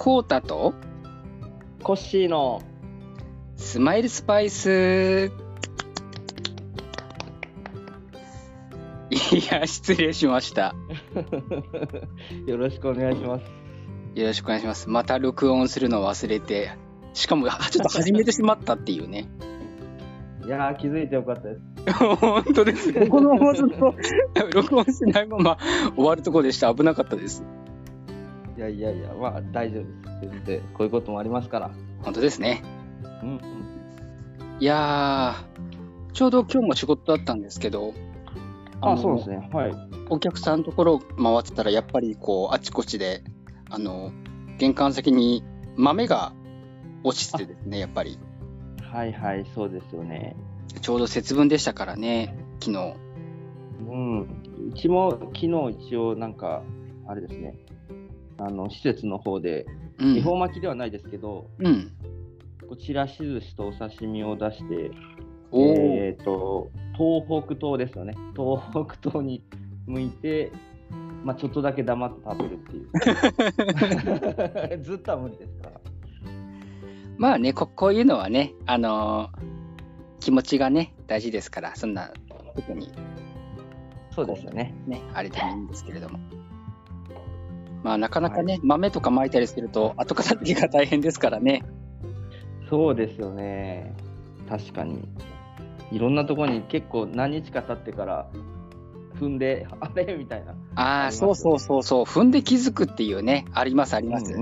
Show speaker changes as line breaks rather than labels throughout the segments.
コータと
コッシーの
スマイルスパイス。いや、失礼しました。
よろしくお願いします。
よろしくお願いします。また録音するのを忘れて、しかもちょっと始めてしまったっていうね。
いやー、気づいてよかったです。
本当です。このままずっと録音しないまま終わるところでした。危なかったです。
いや、まあ大丈夫です。全然こういうこともありますから。
本当ですね。
うん。
いやー、ちょうど今日も仕事だったんですけど、
そうですね。はい。
お客さんのところ回ってたら、やっぱりこうあちこちで玄関先に豆が落ちてですね、やっぱり。
はいはい、そうですよね。
ちょうど節分でしたからね、昨日。
うん。うちも昨日一応なんかあれですね。施設の方で恵方巻きではないですけど、こちらし寿司とお刺身を出して、東北東ですよね。東北東に向いて、ちょっとだけ黙って食べるっていう。ずっとは無理ですから。
まあね、こういうのはね、気持ちがね大事ですから、そんな特に
そうですよね。
あれでもいいんですけれども、まあなかなかね、豆とか巻いたりすると後片付けが大変ですからね。
そうですよね。確かにいろんなところに結構何日か経ってから踏んであれみたいな。
そう踏んで気づくっていうね、あります。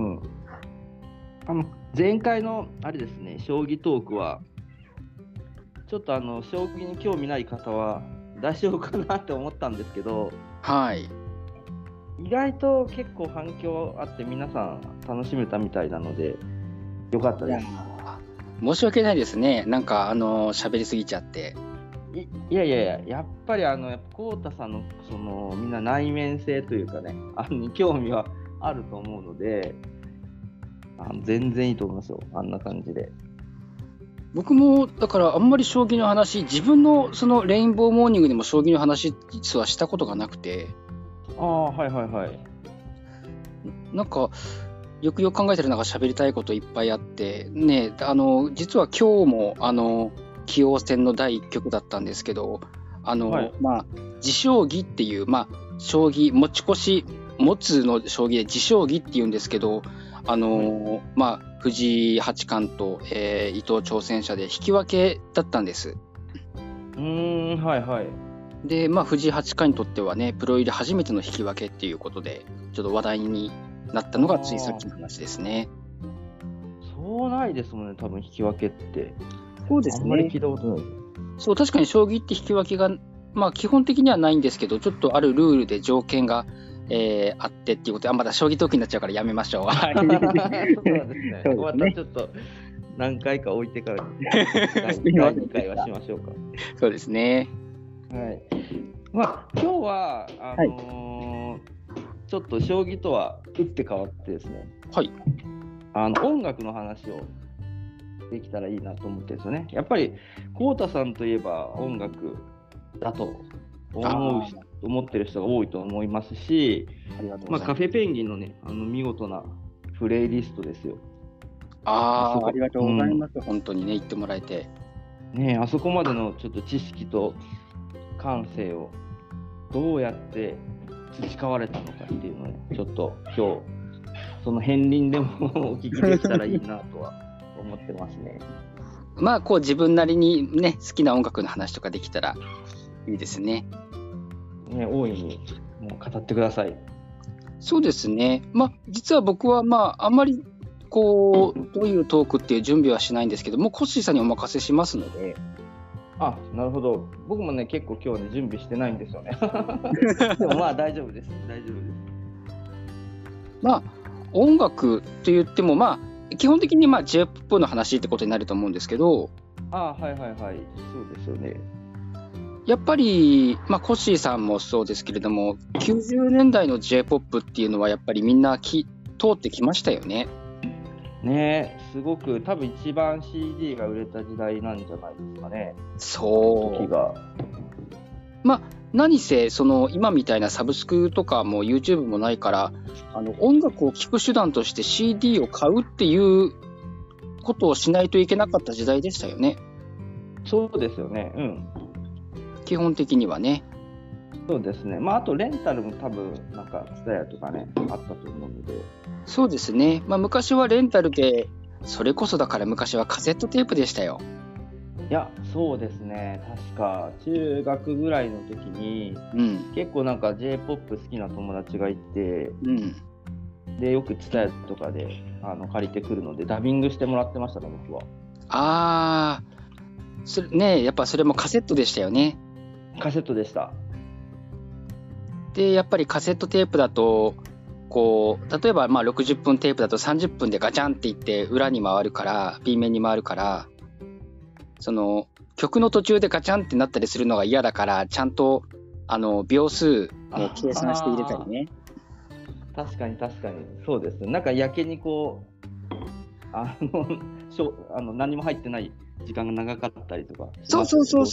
前回のあれですね、将棋トークはちょっと将棋に興味ない方は大丈夫かなって思ったんですけど、
はい、
意外と結構反響あって皆さん楽しめたみたいなのでよかったです。
申し訳ないですね、なんか喋りすぎちゃって。
いややっぱりコウタさんのそのみんな内面性というかね、興味はあると思うので、全然いいと思いますよ、あんな感じで。
僕もだからあんまり将棋の話、自分のそのレインボーモーニングでも将棋の話実はしたことがなくて。なんかよく考えたらなんか喋りたいこといっぱいあってね。実は今日も棋王戦の第1局だったんですけど、持将棋っていう、将棋持ち越し持つの将棋で持将棋っていうんですけど、藤井八冠と、伊藤挑戦者で引き分けだったんです。で、藤井八冠にとってはね、プロ入り初めての引き分けっていうことでちょっと話題になったのがついさっきの話ですね。
そうないですもんね、多分引き分けって。
そうですね。
あんまり聞いたことない。
そう、確かに将棋って引き分けが基本的にはないんですけど、ちょっとあるルールで条件があってっていうことで、まだ将棋トークになっちゃうからやめましょう。
そうなんですね。またちょっと何回か置いてから第2回はしましょうか。
そうですね。
はい。今日はちょっと将棋とは打って変わってですね。
はい。
音楽の話をできたらいいなと思ってるんですよね。やっぱりコウタさんといえば音楽だと思ってる人が多いと思いますし、カフェペンギンのね、見事なプレイリストですよ。
ありがとうございます。本当にね、言ってもらえて。
ね、あそこまでのちょっと知識と感性をどうやって培われたのかっていうのをね、ちょっと今日その片鱗でもお聞きできたらいいなとは思ってますね。
こう自分なりにね、好きな音楽の話とかできたらいいですね。
大いにもう語ってください。
そうですね。実は僕はあんまりこうどういうトークっていう準備はしないんですけども、コッシーさんにお任せしますので。
なるほど。僕もね、結構今日ね準備してないんですよね。でも大丈夫です。
音楽と言っても基本的にJ-POP の話ってことになると思うんですけど。
そうですよね。
やっぱり、コッシーさんもそうですけれども、90年代の J-POP っていうのはやっぱりみんな通ってきましたよね。
すごく多分一番 CD が売れた時代なんじゃないですかね。
そう。
時が。
何せその今みたいなサブスクとかも YouTube もないから、音楽を聴く手段として CD を買うっていうことをしないといけなかった時代でしたよね。
そうですよね。うん。
基本的にはね。
そうですね。まああとレンタルも多分なんかTSUTAYAとかねあったと思うので。
そうですね。まあ昔はレンタルで、それこそだから昔はカセットテープでしたよ。
いや、そうですね。確か中学ぐらいの時に、結構なんか J-POP 好きな友達がいて、でよくTSUTAYAとかで借りてくるのでダビングしてもらってましたね、僕は。
ああ、それね、やっぱそれもカセットでしたよね。
カセットでした。
でやっぱりカセットテープだとこう例えばまあ60分テープだと30分でガチャンっていって裏に回るから B 面に回るから、その曲の途中でガチャンってなったりするのが嫌だから、ちゃんと秒数、ね、計算して入れたりね。
確かにそうです。なんかやけにこう何も入ってない時間が長かったりとか。
そう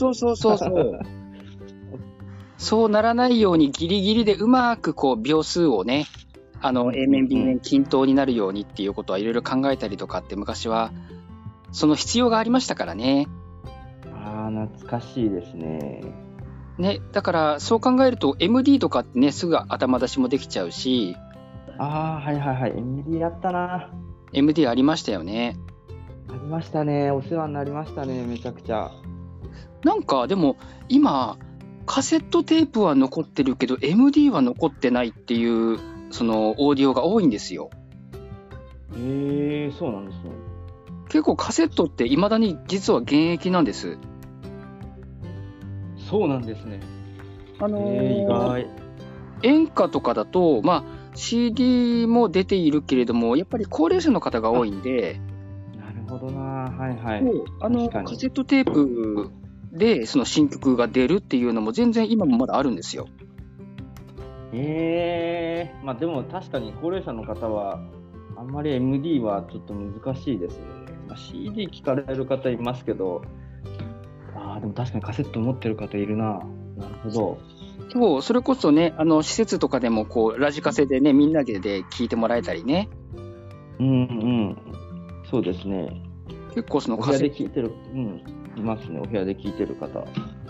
そうならないようにギリギリでうまくこう秒数をね、A 面 B 面均等になるようにっていうことはいろいろ考えたりとかって昔はその必要がありましたからね。
懐かしいですね。
ね、だからそう考えると MD とかってねすぐ頭出しもできちゃうし。
はいはいはい、 MD やったな。
MD ありましたよね。
ありましたね。お世話になりましたね、めちゃくちゃ。
なんかでも今カセットテープは残ってるけど MD は残ってないっていうそのオーディオが多いんですよ。
そうなんですね。
結構カセットって未だに実は現役なんです。
そうなんですね。意外。
演歌とかだと、まあ、CD も出ているけれどもやっぱり高齢者の方が多いんで。
なるほどな。はいはい。
カセットテープでその新曲が出るっていうのも全然今もまだあるんですよ。
まあでも確かに高齢者の方はあんまり MD はちょっと難しいですね。CD 聞かれる方いますけど、でも確かにカセット持ってる方いるな。なるほど。
そう、それこそね、施設とかでもこうラジカセでねみんなで聞いてもらえたりね。
そうですね。
結構その
お部屋で聞いてる、いますね。お部屋で聞いてる方。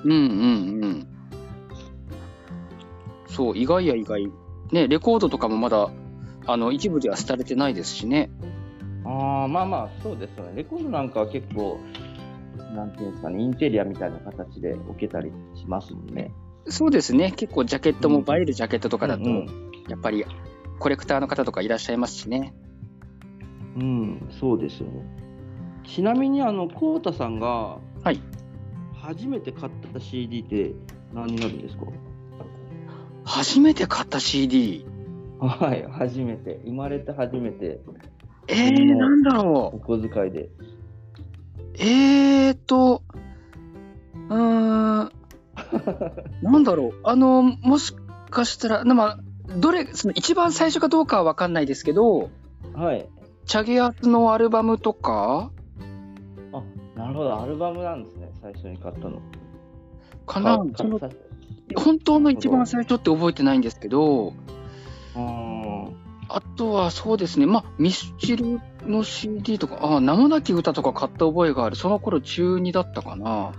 そう、意外や意外ね、レコードとかもまだ一部では廃れてないですしね。
まあそうですよね。レコードなんかは結構なんていうんですかね、インテリアみたいな形で置けたりしますもんね。
そうですね。結構ジャケットも映えるジャケットとかだと、やっぱりコレクターの方とかいらっしゃいますしね。
そうですよね。ちなみにコウタさんが初めて買った CD って何になるんですか？
初めて買った CD。
はい、初めて。生まれて初めて。
なんだろう。
お小遣いで。
なんだろう。もしかしたら、その一番最初かどうかは分かんないですけど、チャゲアツのアルバムとか。
なるほど、アルバムなんですね、最初に買ったの。
かな。本当の一番最初って覚えてないんですけど、あとはそうですね、ミスチルの CD とか、名もなき歌とか買った覚えがある。その頃中2だったかな。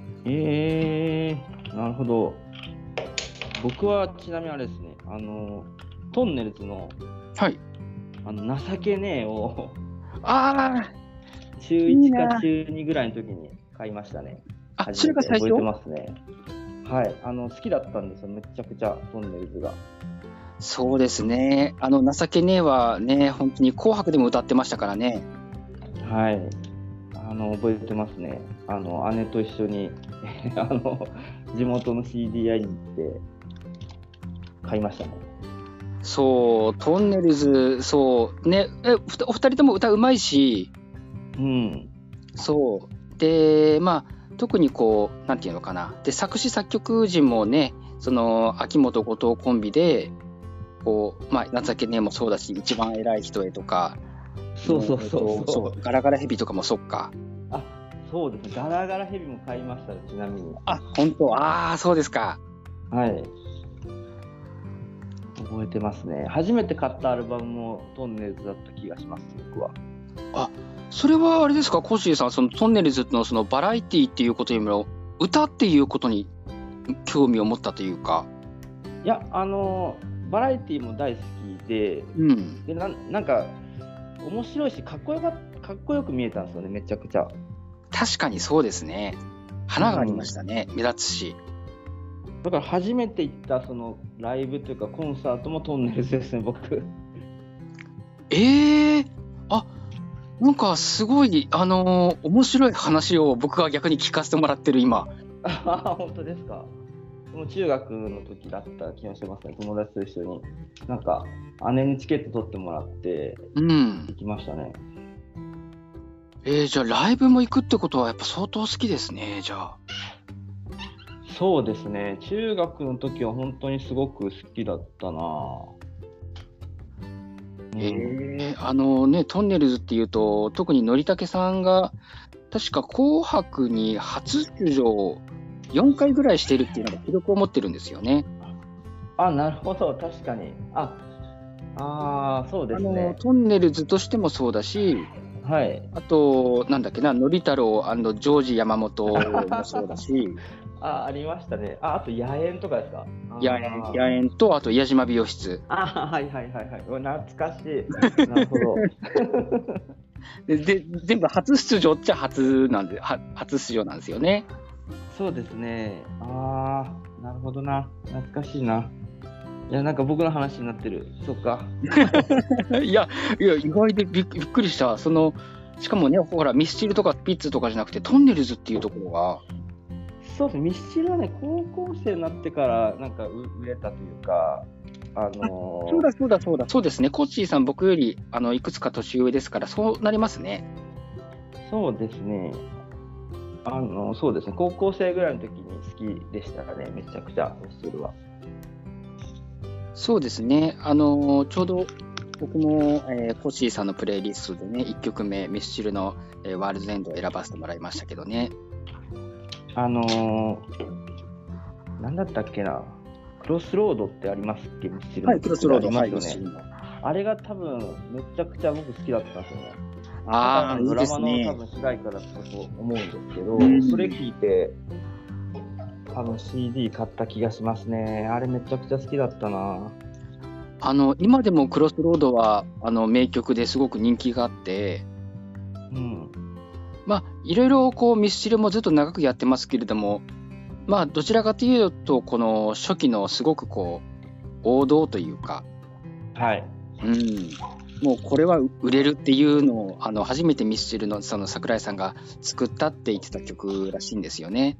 なるほど。僕はちなみにあれですね、トンネルズの、情けねえを中1か中2ぐらいの時に買いましたね。
それが最初？
覚えてますね。はい、好きだったんですよ、めちゃくちゃトンネルズが。
そうですね。情けねえはね、本当に紅白でも歌ってましたからね。
はい。覚えてますね。姉と一緒に地元の CD 屋に行って買いましたね。
そう、トンネルズ、そうね、お二人とも歌うまいし、そうで、特にこうなんていうのかな、で作詞作曲陣もね、その秋元後藤コンビでこう、情けねえもそうだし、一番偉い人へとか、
そう
ガラガラヘビとかもそっか。
そうですね、ガラガラヘビも買いましたね、ちなみに。
本当。そうですか。
はい。覚えてますね。初めて買ったアルバムもトンネルズだった気がします、僕は。
あ、それはあれですか、コッシーさん、そのトンネルズのそのバラエティっていうことよりも、歌っていうことに興味を持ったというか。
いや、バラエティも大好きで、
うん。
でなんか、面白いし、かっこよく見えたんですよね、めちゃくちゃ。
確かにそうですね。花がありましたね。目立つし。
だから初めて行ったそのライブというかコンサートもトンネルズですね、僕。
あ、なんかすごい、面白い話を僕が逆に聞かせてもらってる今。
本当ですか。もう中学の時だった気がしますね、友達と一緒に。なんか、姉にチケット取ってもらって
うん。
行きましたね。
じゃあライブも行くってことはやっぱ相当好きですね、じゃあ。
そうですね、中学の時は本当にすごく好きだったな。
トンネルズっていうと、特に憲武さんが、確か紅白に初出場4回ぐらいしてるっていうのが記録を持ってるんですよね。
あ、なるほど、確かに。そうですね。
トンネルズとしてもそうだし、
はい。
あと、なんだっけな、のり太郎&ジョージ山本もそうだし、
ありましたね。あと野猿とかですか。
野猿と、あと矢島美容室。
はいはいはいはい。懐かしい。なるほど。
で、全部初出場っちゃ初出場なんですよね。
そうですね。なるほどな。懐かしいな。いや、なんか僕の話になってる。そっか。
いや、意外でびっくりした。しかもね、ほら、ミスチルとかピッツとかじゃなくて、トンネルズっていうところが。
そうですね、ミスチルはね、高校生になってからなんか売れたというか、
そうですね、コッチーさん、僕よりいくつか年上ですから、そうなりますね。
そうですね、そうですね、高校生ぐらいの時に好きでしたかね、めちゃくちゃ、ミスチルは。
そうですね、ちょうど僕も、コッチーさんのプレイリストでね、1曲目、ミスチルの、ワールドエンドを選ばせてもらいましたけどね。
なんだったっけな、クロスロードってありますっけ、ミスチルの。
はい、クロスロード、
ありますよね。あれが多分、めちゃくちゃ僕好きだったんですよね。ドラマの多分主題歌だったと思うんですけど、それ聞いて、CD 買った気がしますね。あれめちゃくちゃ好きだったな。
今でもクロスロードは名曲ですごく人気があって、まあいろいろこうミスチルもずっと長くやってますけれども、まあどちらかというとこの初期のすごくこう王道というか、
はい、
もうこれは売れるっていうのを初めてミスチルのその桜井さんが作ったって言ってた曲らしいんですよね。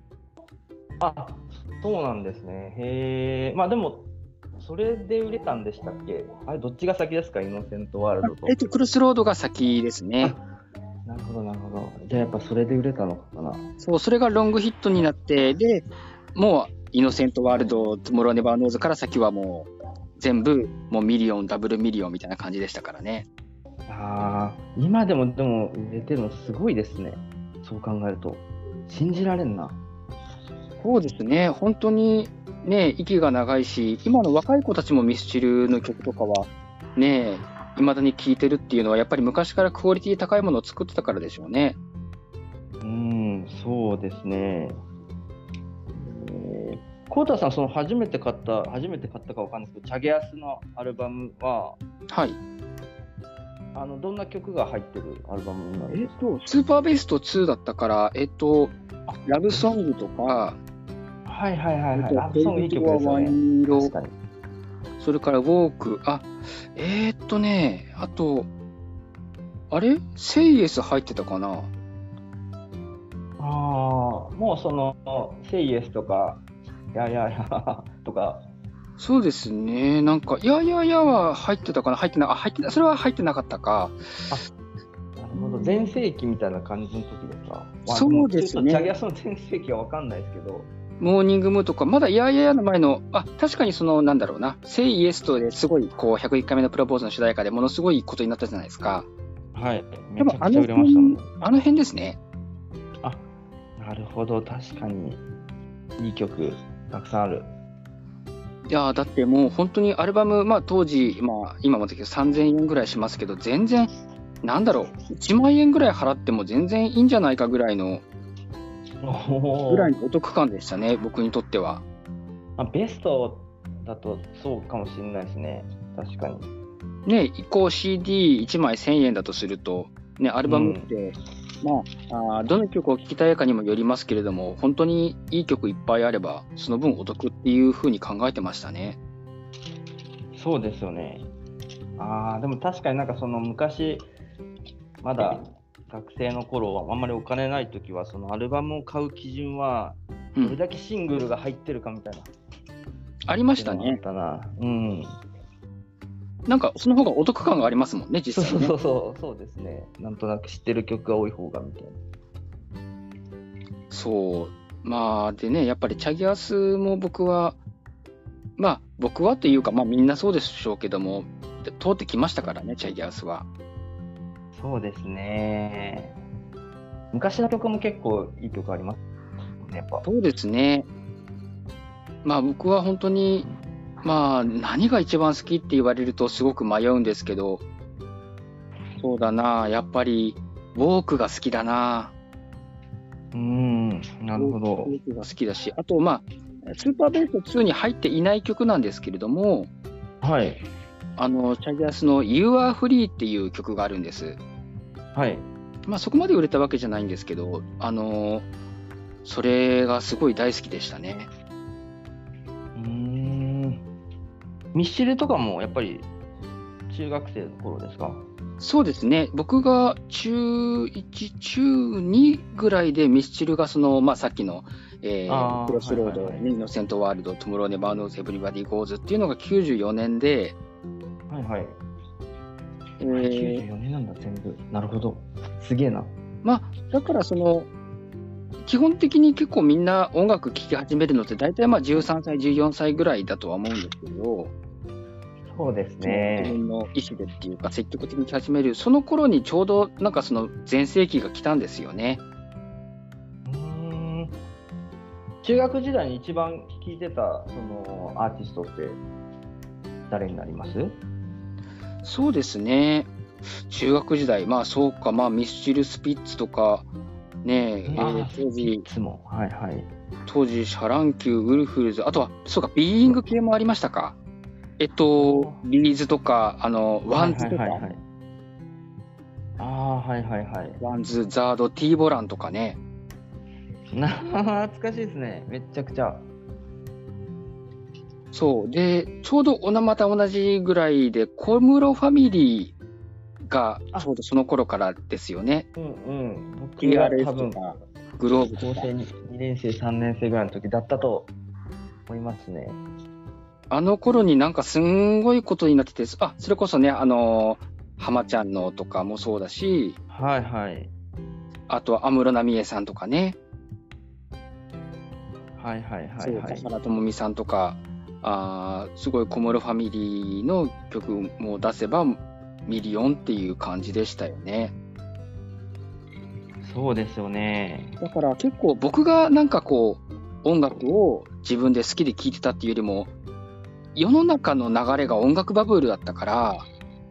そうなんですね。へえ。まあでもそれで売れたんでしたっけ？あれどっちが先ですか？イノセントワールドと。
クロスロードが先ですね。
なるほどなるほど。じゃあやっぱそれで売れたのかな。
それがロングヒットになって、でもうイノセントワールド、トゥモローネバーノーズから先はもう全部もうミリオン、ダブルミリオンみたいな感じでしたからね。
今でも売れてるのすごいですね。そう考えると信じられんな。
そうですね、本当にね、息が長いし、今の若い子たちもミスチルの曲とかはね、未だに聴いてるっていうのは、やっぱり昔からクオリティ高いものを作ってたからでしょうね。
そうですね。コウタさん、初めて買ったかわかんないですけど、チャゲアスのアルバムは、
はい。
どんな曲が入ってるアルバムなんですか？
スーパーベスト2だったから、ラブソングとか、
ラブソングいい曲ですよね。確かに。
それからウォーク、あと、セイエス入ってたかな？
もうセイエスとか、とか。
そうですね、なんか、は入ってたかな？入ってな、それは入ってなかったか。
なるほど、全盛期みたいな感じの時ですか？
そうですね。
チャゲアスの全盛期は分かんないですけど。
モーニングムーとか、まだの前の、確かになんだろうな、セイエストですごい、こう、101回目のプロポーズの主題歌でものすごいことになったじゃないですか。
はい、めちゃくちゃ売れましたもん。
あの辺ですね。
なるほど、確かに、いい曲、たくさんある。
いやーだってもう本当にアルバム、まあ、当時、まあ、今もだけど3000円ぐらいしますけど、全然なんだろう、1万円ぐらい払っても全然いいんじゃないかぐらいのお得感でしたね、僕にとっては。
ベストだとそうかもしれないですね、確かに。
ね、移行 CD1 枚1000円だとすると、ね、アルバムって、まあ、どの曲を聴きたいかにもよりますけれども、本当にいい曲いっぱいあれば、その分お得っていう風に考えてましたね。
そうですよね。でも確かになんかその昔、まだ学生の頃はあんまりお金ない時は、そのアルバムを買う基準は、どれだけシングルが入ってるかみたいな。
ありましたね。なんかその方がお得感がありますもんね、実際ね。
そうですね。なんとなく知ってる曲が多い方がみたいな。
そう。まあでね、やっぱりチャギアスも僕はというか、まあみんなそうでしょうけども、通ってきましたからね、チャギアスは。
そうですね。昔の曲も結構いい曲ありますね、やっぱ。
そうですね。まあ僕は本当に、まあ何が一番好きって言われるとすごく迷うんですけど、そうだな、やっぱりウォークが好きだな。
なるほど。
ウォークが好きだし、あとまあスーパーベース2に入っていない曲なんですけれども、
はい。
チャギアスの You Are Free っていう曲があるんです。
はい。
まあそこまで売れたわけじゃないんですけど、それがすごい大好きでしたね。
ミッシルとかもやっぱり中学生の頃ですか？
そうですね。僕が中1、中2ぐらいでミスチルがまあ、さっきの、クロスロード、イノセントワールド、トゥモローネバーノーズ、エブリバディゴーズっていうのが94年で、
はいはい。94年なんだ、全部。なるほど。すげえな。
まあ、だから基本的に結構みんな音楽聴き始めるのって大体まあ13歳、14歳ぐらいだとは思うんですけど、
そうですね。
自分の意思でっていうか積極的に聴き始める、その頃にちょうどなんか全盛期が来たんですよね。
中学時代に一番聴いてたアーティストって誰になります？
そうですね。中学時代、まあそうか、まあミスチル、スピッツとか、ね、当時、シャランキュー、ウルフルズ、あとは、そうか、ビーイング系もありましたか。ビーズとか、ワンズとか、ワンズ、ザード、T ボランとかね。
懐かしいですね、めっちゃくちゃ。
そうで、ちょうどまた同じぐらいで、小室ファミリーがちょうどその頃からですよね。
僕は多分
とかグローブとか
高校生2年生、3年生ぐらいの時だったと思いますね。
あの頃になんかすんごいことになってて、それこそね、浜ちゃんのとかもそうだし、あとは安室奈美恵さんとかね、田原智美さんとか、すごい小室ファミリーの曲も出せばミリオンっていう感じでしたよね。
そうですよね。
だから結構僕がなんか音楽を自分で好きで聴いてたっていうよりも、世の中の流れが音楽バブルだったから。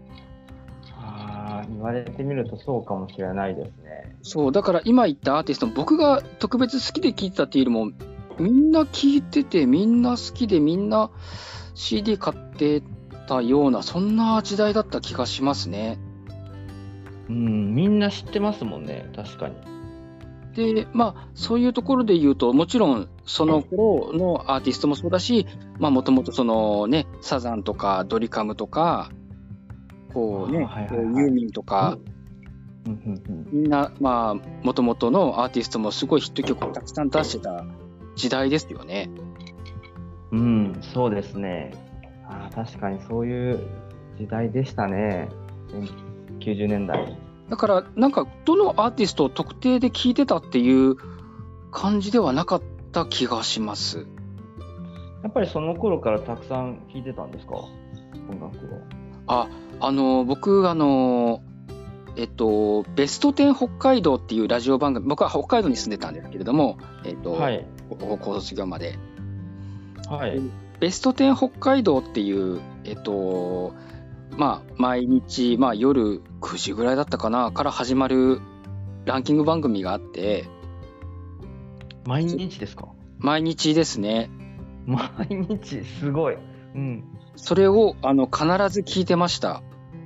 言われてみるとそうかもしれないですね。
そうだから今言ったアーティストも僕が特別好きで聴いてたっていうよりも、みんな聴いててみんな好きでみんな CD 買ってたような、そんな時代だった気がしますね。
みんな知ってますもんね、確かに。
で、まあそういうところで言うと、もちろんその頃のアーティストもそうだし、まあもともとサザンとかドリカムとかユーミンとか、みんなまあもともとのアーティストもすごいヒット曲をたくさん出してた時代ですよね。
そうですね。確かにそういう時代でしたね、90年代。
だからなんかどのアーティストを特定で聴いてたっていう感じではなかった気がします。
やっぱりその頃からたくさん聴いてたんですか、音楽を。
僕ベスト10北海道っていうラジオ番組、僕は北海道に住んでたんですけれども、高校卒業まで。 ベスト10北海道っていう、毎日、夜9時ぐらいだったかなから始まるランキング番組があって、
毎日ですか？
毎日ですね。
毎日、すごい。うん。
それを必ず聞いてました。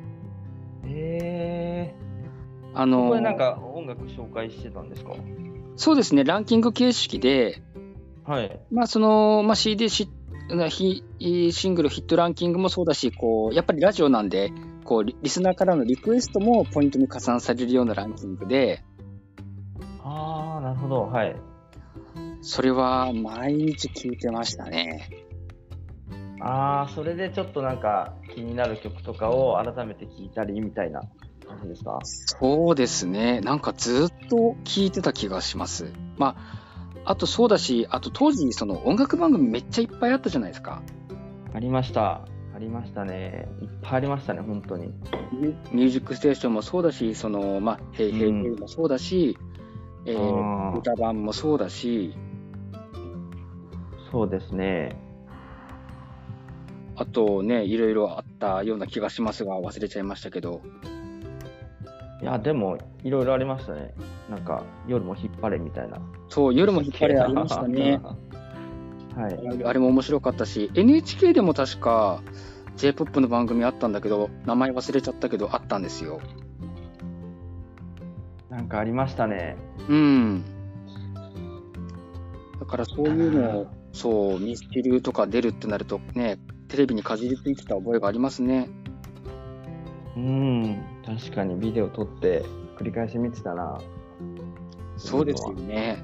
これなんか音楽紹介してたんですか？
そうですね、ランキング形式で、
はい。
CD シングルヒットランキングもそうだし、やっぱりラジオなんで、リスナーからのリクエストもポイントに加算されるようなランキングで。
ああ、なるほど。はい。
それは毎日聞いてましたね。
ああ、それでちょっとなんか気になる曲とかを改めて聞いたりみたいな感じですか？
そうですね。なんかずっと聞いてた気がします。あとそうだし、あと当時その音楽番組めっちゃいっぱいあったじゃないですか。
ありました。ありましたね。いっぱいありましたね、本当に。
ミュージックステーションもそうだし、ヘイヘイヘイもそうだし、歌番もそうだし。
そうですね。
あとね、いろいろあったような気がしますが、忘れちゃいましたけど。
いや、でも、いろいろありましたね。なんか、夜も引っ張れみたいな。
そう、夜も引っ張れありましたね。はい。あれも面白かったし、NHK でも確か J-POP の番組あったんだけど、名前忘れちゃったけど、あったんですよ。
なんかありましたね。
うん。だからそういうのを、そう、ミスチルとか出るってなるとね、テレビにかじりついてた覚えがありますね。
確かにビデオ撮って繰り返し見てたな。
そうですよね。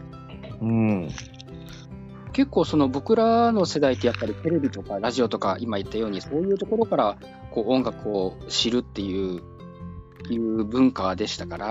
結構その僕らの世代ってやっぱりテレビとかラジオとか今言ったようにそういうところから音楽を知るっていう文化でしたから、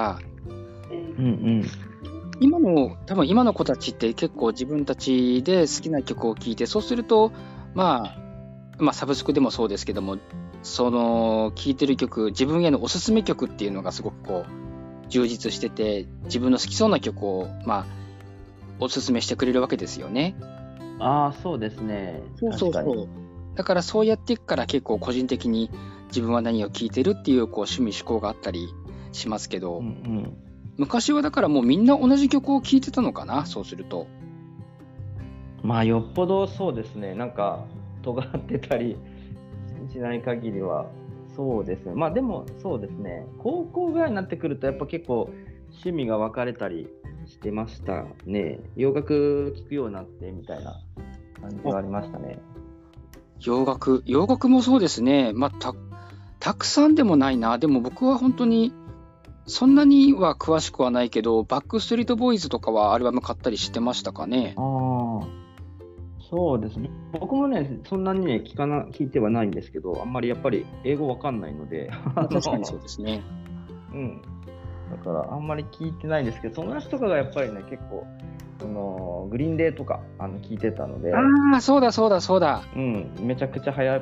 多分今の子たちって結構自分たちで好きな曲を聴いて、そうするとサブスクでもそうですけども、その聴いてる曲、自分へのおすすめ曲っていうのがすごく充実してて、自分の好きそうな曲をおすすめしてくれるわけですよね。
ああ、そうですね。
そう。だからそうやっていくから結構個人的に自分は何を聴いてるっていう趣味嗜好があったりしますけど、昔はだからもうみんな同じ曲を聴いてたのかな、そうすると。
よっぽどそうですね。なんか尖ってたりしない限りはそうですね。でもそうですね。高校ぐらいになってくるとやっぱ結構趣味が分かれたりしてましたね。洋楽聴くようになってみたいな感じがありましたね。
洋楽もそうですね。たくさんでもないな。でも僕は本当にそんなには詳しくはないけど、バックストリートボーイズとかはアルバム買ったりしてましたかね。
そうですね。僕もね、そんなにね、聞いてはないんですけど、あんまりやっぱり英語わかんないので。
確かにそうですね。
だからあんまり聞いてないんですけど、友達とかがやっぱりね、結構、グリーンデーとか聞いてたので。
そうだ。
めちゃくちゃ流行って、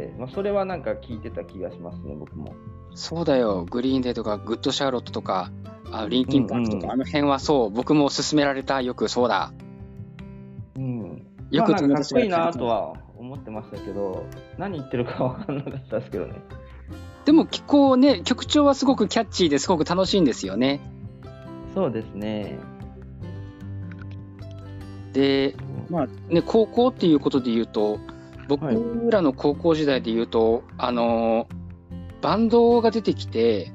それはなんか聞いてた気がしますね、僕も。
そうだよ。グリーンデーとか、グッドシャーロットとか、リンキンパークとか、あの辺はそう、僕も勧められた、よくそうだ。
よくかっこいいなとは思ってましたけど、何言ってるか分かんなかったですけどね。
でも曲調はすごくキャッチーですごく楽しいんですよね。
そうですね。
で、高校っていうことで言うと、僕らの高校時代で言うと、バンドが出てきて、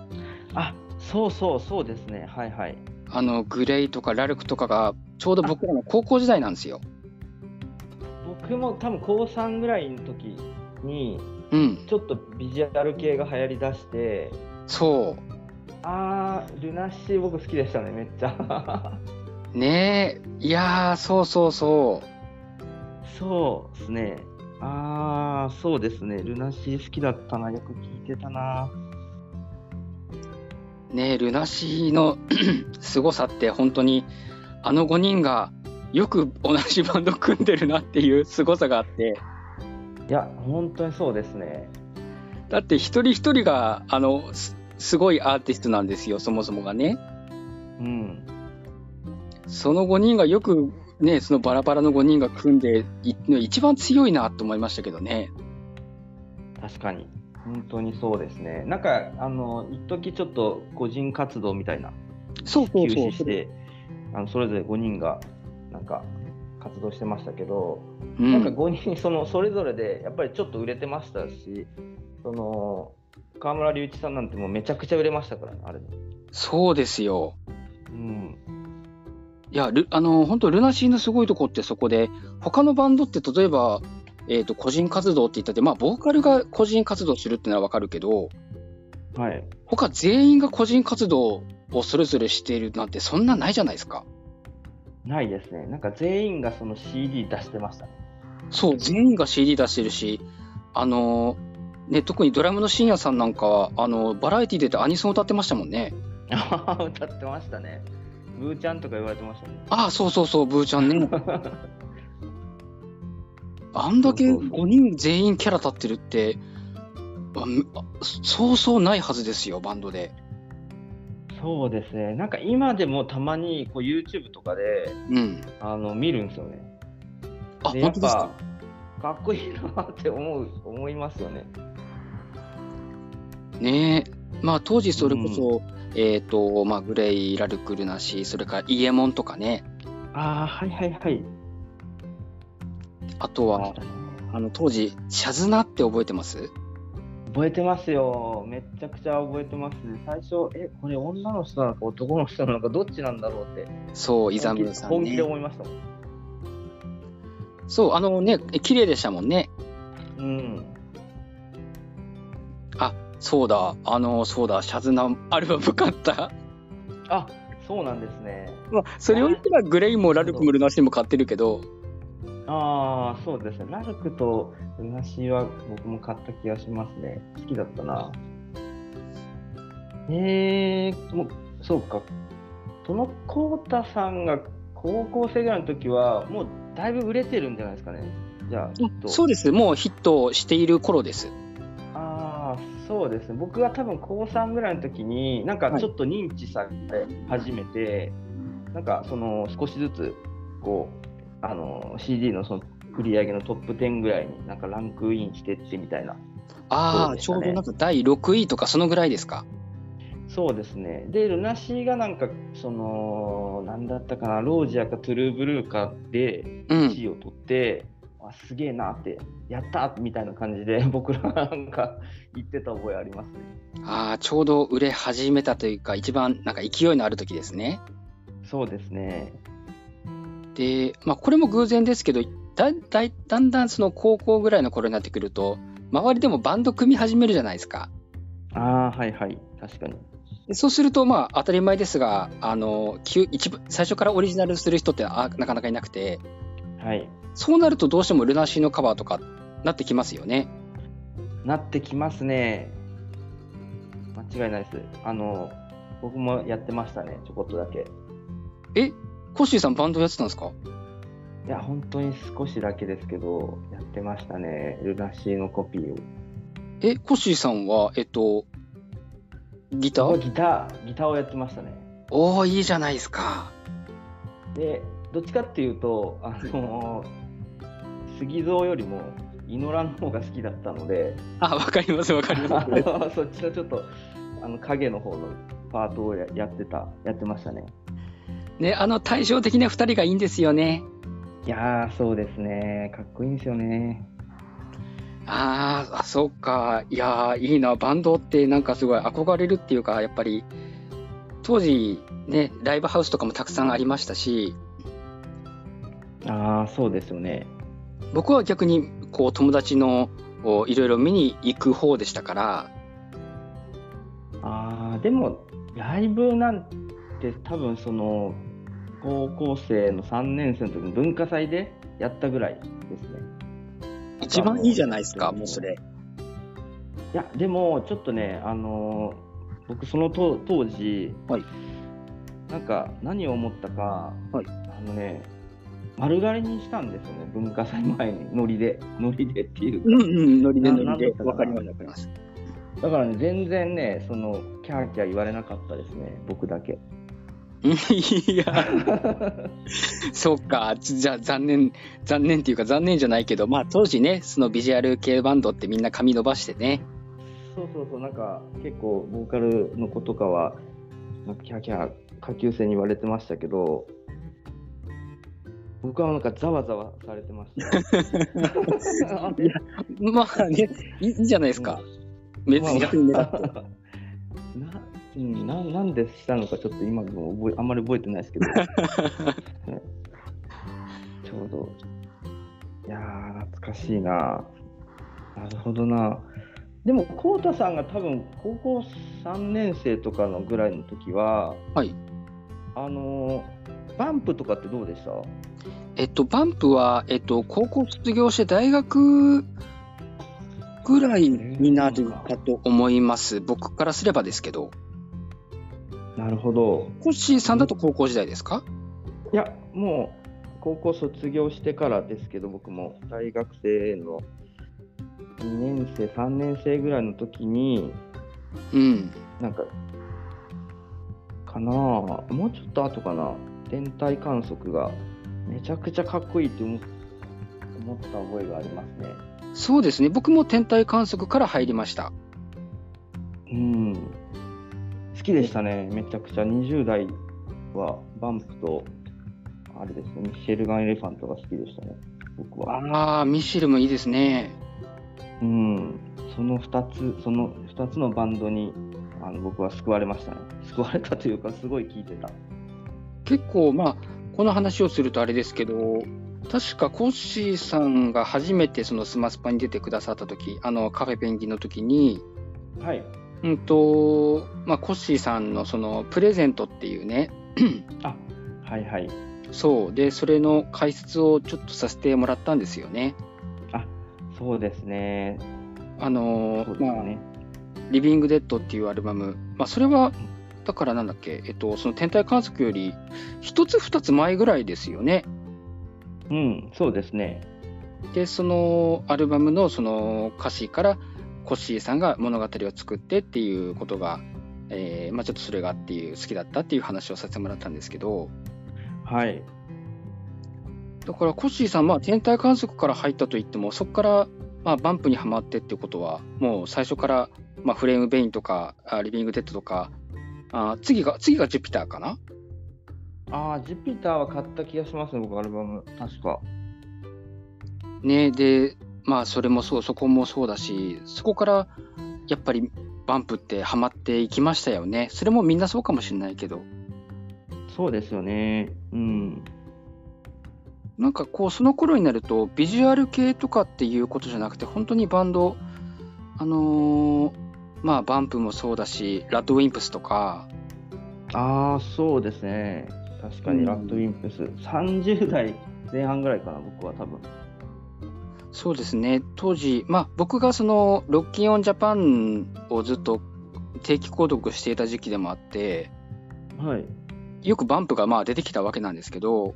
そうですね。
グレイとかラルクとかがちょうど僕らの高校時代なんですよ。
僕も多分高3ぐらいの時に、ちょっとビジュアル系が流行りだして、
そう。
ルナッシー僕好きでしたね、めっちゃ。
ねえ、いやー、そう。
そうですね。そうですね。ルナッシー好きだったな、よく聞いてたな。
ねえ、ルナシーの凄さって本当に5人がよく同じバンド組んでるなっていう凄さがあって。
いや本当にそうですね。
だって一人一人がすごいアーティストなんですよ、そもそもがね。その5人がよくね、そのバラバラの5人が組んで一番強いなと思いましたけどね。
確かに。本当にそうですね。なんか、一時ちょっと個人活動みたいな、
そうそうそう。
休止して、それぞれ5人が、なんか、活動してましたけど、なんか5人、それぞれで、やっぱりちょっと売れてましたし、河村隆一さんなんてもうめちゃくちゃ売れましたからね、あれ。
そうですよ。
うん。
いや、本当ルナシーのすごいとこってそこで、他のバンドって例えば、個人活動って言ったって、まあ、ボーカルが個人活動するってのはわかるけど、
はい。
他全員が個人活動をそれぞれしているなんてそんなないじゃないですか。
ないですね。なんか全員がその CD 出してましたね。
そう、全員が CD 出してるし、ね、特にドラムの深夜さんなんかは、バラエティでアニソン歌ってましたもんね。
歌ってましたね。ブーちゃんとか言われてましたね。
ああ、そうそうそう、ブーちゃんね。あんだけ5人全員キャラ立ってるって、そうそうないはずですよ、バンドで。
そうですね。なんか今でもたまにこう YouTube とかで、見るんですよね。
あ、
でやっぱかっこいいなって思いますよね。
ねえ。まあ当時それこそ、まあグレイ、ラルク、ルナシー、それからイエモンとかね。
ああ、はいはいはい。
あとは、当時、シャズナって覚えてます？
覚えてますよ。めっちゃくちゃ覚えてます。最初、これ女の人なのか男の人なのかどっちなんだろうって。
そう、イザムさんね。
本気で思いましたもん。
そう、ね、綺麗でしたもんね。
うん。
あ、そうだ、そうだ、シャズナアルバム買った。
あ、そうなんですね。
まあ、それを言ったらグレイもラルクもルナシーも買ってるけど。
ああ、そうですね。ラルクとルナシーは僕も買った気がしますね。好きだったな。もう、そうか。そのコウタさんが高校生ぐらいの時は、もうだいぶ売れてるんじゃないですかね。じゃあ、
そうです。もうヒットしている頃です。
ああ、そうですね。僕が多分高3ぐらいの時に、なんかちょっと認知され始めて、なんか少しずつ、こう、CD のその売り上げのトップ10ぐらいになんかランクインしてってみたいな。
ああ、ちょうどなんか第6位とかそのぐらいですか。
そうですね。で、ルナシーがなんか、なんだったかな、ロージアかトゥルーブルーかで1位を取って、すげえなって、やったみたいな感じで僕らなんか言ってた覚えありますね。
ああ、ちょうど売れ始めたというか、一番なんか勢いのある時ですね。
そうですね。
で、まあこれも偶然ですけど、だんだんその高校ぐらいの頃になってくると、周りでもバンド組み始めるじゃないですか。
ああ、はいはい、確かに。
でそうすると、まあ当たり前ですが、最初からオリジナルする人ってなかなかいなくて、
はい。
そうなるとどうしてもルナシーのカバーとかなってきますよね。
なってきますね。間違いないです。僕もやってましたね、ちょこっとだけ。
コッシーさんバンドやってたんですか？
いや、本当に少しだけですけど、やってましたね、ルナシーのコピーを。
コッシーさんは、ギタ
ーをやってましたね。
おー、いいじゃないですか。
で、どっちかっていうと、杉蔵よりも、イノラの方が好きだったので、
わかりますわかります。
そっちのちょっと、影の方のパートをやってましたね。
ね、対照的な2人がいいんですよね。
いやー、そうですね。かっこいいんですよね。
そうか。いやー、いいな。バンドってなんかすごい憧れるっていうか、やっぱり、当時、ね、ライブハウスとかもたくさんありましたし。
そうですよね。
僕は逆に、こう、友達のいろいろ見に行く方でしたから。
でも、ライブなんて多分高校生の3年生の時の文化祭でやったぐらいですね。
一番いいじゃないですか、もうそれ。
いや、でもちょっとね、僕その当時、なんか何を思ったか、丸刈りにしたんですよね、文化祭前に、ノリでっていうか。
ノリで。わかります。
だからね、全然ね、キャーキャー言われなかったですね、僕だけ。
いや、そうか。じゃあ残念っていうか残念じゃないけど、まあ当時ね、そのビジュアル系バンドってみんな髪伸ばしてね。
そう、なんか結構ボーカルの子とかは、なんかキャーキャー下級生に言われてましたけど、僕はなんかざわざわされてました。
いや、まあね、いいじゃないですか。別に逆に目立って。
なんでしたのかちょっと今でもあんまり覚えてないですけど、ね、ちょうど、いやー懐かしいな。なるほどな。でもコウタさんが多分高校3年生とかのぐらいの時は、
はい。
バンプとかってどうでした？
バンプは、高校卒業して大学ぐらいになるかと思います。僕からすればですけど。
なるほど。
コッシーさんだと高校時代ですか？
いや、もう高校卒業してからですけど、僕も大学生の2年生、3年生ぐらいの時に、なんか、もうちょっと後かな、天体観測がめちゃくちゃかっこいいって思った覚えがありますね。
そうですね。僕も天体観測から入りました。
好きでしたね。めちゃくちゃ20代はバンプとあれですね、ミッシェルガン・エレファントが好きでしたね、僕は。
ミッシェルもいいですね。
その2つのバンドに僕は救われましたね。救われたというか、すごい聴いてた。
結構、まあ、この話をするとあれですけど、確かコッシーさんが初めてそのスマスパに出てくださった時、カフェペンギンの時に、
はい。
コッシーさんのそのプレゼントっていうね
はいはい。
そうで、それの解説をちょっとさせてもらったんですよね。
そうですね。
リビングデッドっていうアルバム、それはだからなんだっけ、その天体観測より一つ二つ前ぐらいですよね。
そうですね。
で、そのアルバムのその歌詞からコッシーさんが物語を作ってっていうことが、ちょっとそれがっていう好きだったっていう話をさせてもらったんですけど、
はい。
だからコッシーさん、天体観測から入ったといっても、そこから、バンプにはまってっていうことはもう最初から、フレームベインとかリビングデッドとか、次がジュピターかな。
ジュピターは買った気がしますね、僕アルバム確か
ね。で、それもそう、そこもそうだし、そこからやっぱりバンプってハマっていきましたよね。それもみんなそうかもしれないけど。
そうですよね。
なんかこうその頃になるとビジュアル系とかっていうことじゃなくて、本当にバンド、バンプもそうだし、ラッドウィンプスとか。
そうですね。確かにラッドウィンプス、30代前半ぐらいかな、僕は多分。
そうですね。当時、僕がそのロッキンオンジャパンをずっと定期購読していた時期でもあって、
はい。
よくバンプが出てきたわけなんですけど、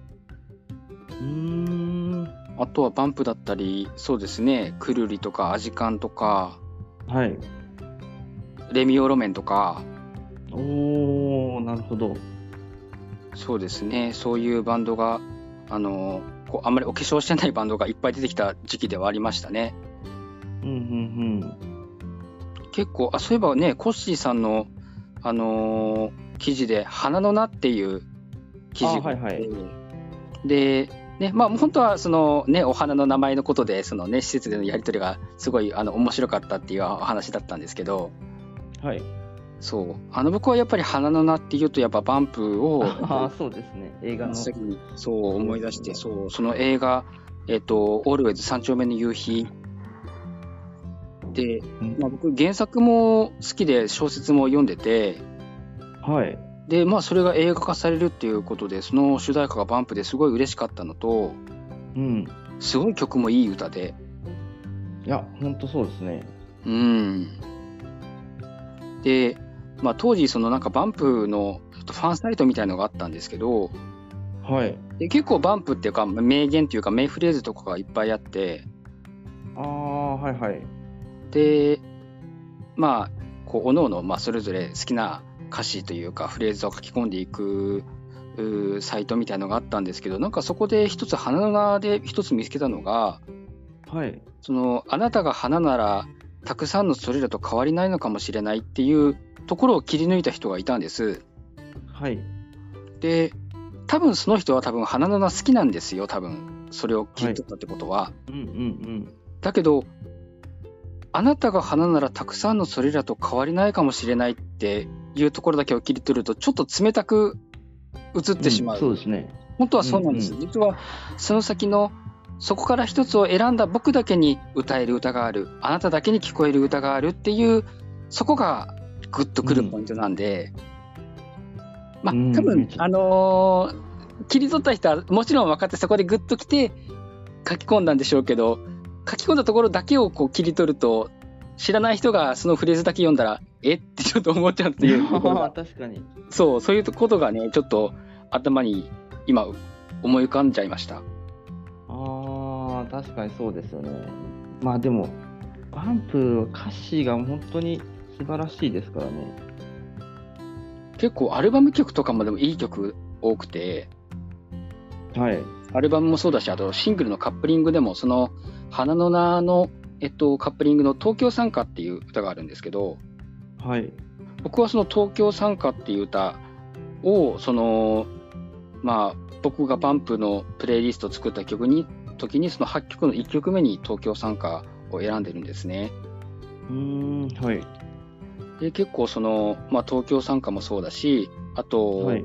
あとはバンプだったり、そうですね、クルリとかアジカンとか、
はい。
レミオロメンとか。
なるほど。
そうですね、そういうバンドがあんまりお化粧してないバンドがいっぱい出てきた時期ではありましたね。結構そういえばね、コッシーさんの記事で花の菜っていう記事があって、でね、本当はそのね、お花の名前のことでそのね、施設でのやり取りがすごい面白かったっていうお話だったんですけど、
はい。
そう僕はやっぱり花の菜っていうとやっぱバンプを
そうですね、映画の
先にそう思い出して、その映画オールウェイズ三丁目の夕日で、僕原作も好きで小説も読んでて、
はい。
でそれが映画化されるっていうことで、その主題歌がバンプですごい嬉しかったのと、すごい曲もいい歌で、
いや本当そうですね。
で、当時そのなんかバンプのファンサイトみたいのがあったんですけど、
はい。
で結構バンプっていうか名言っていうか名フレーズとかがいっぱいあって、
はいはい。
でこう各々それぞれ好きな歌詞というかフレーズを書き込んでいくサイトみたいのがあったんですけど、なんかそこで一つ花の名で一つ見つけたのが、
はい。
あなたが花ならたくさんのそれらと変わりないのかもしれないっていうところを切り抜いた人がいたんです。
はい。
で、多分その人は花の名好きなんですよ。多分それを切り取ったってことは。
うんうんうん。
だけど、あなたが花ならたくさんのそれらと変わりないかもしれないっていうところだけを切り取るとちょっと冷たく映ってしまう。
そうですね。
本当はそうなんです。実はその先のそこから一つを選んだ僕だけに歌える歌がある、あなただけに聞こえる歌があるっていう、そこがグッとくるポイントなんで、多分切り取った人はもちろん分かってそこでグッときて書き込んだんでしょうけど、書き込んだところだけをこう切り取ると、知らない人がそのフレーズだけ読んだらってちょっと思っちゃうっていうところが
確かに。
そういうことがね、ちょっと頭に今思い浮かんじゃいました。
確かにそうですよね。まあでもバンプ歌詞が本当に素晴らしいですからね。
結構アルバム曲とかもでもいい曲多くて、
はい。
アルバムもそうだし、あとシングルのカップリングでもその花の名の、カップリングの東京賛歌っていう歌があるんですけど、
はい。
僕はその東京賛歌っていう歌を僕がバンプのプレイリストを作った時にその8曲の1曲目に東京賛歌を選んでるんですね。
はい。
で結構東京賛歌もそうだし、あと、はい、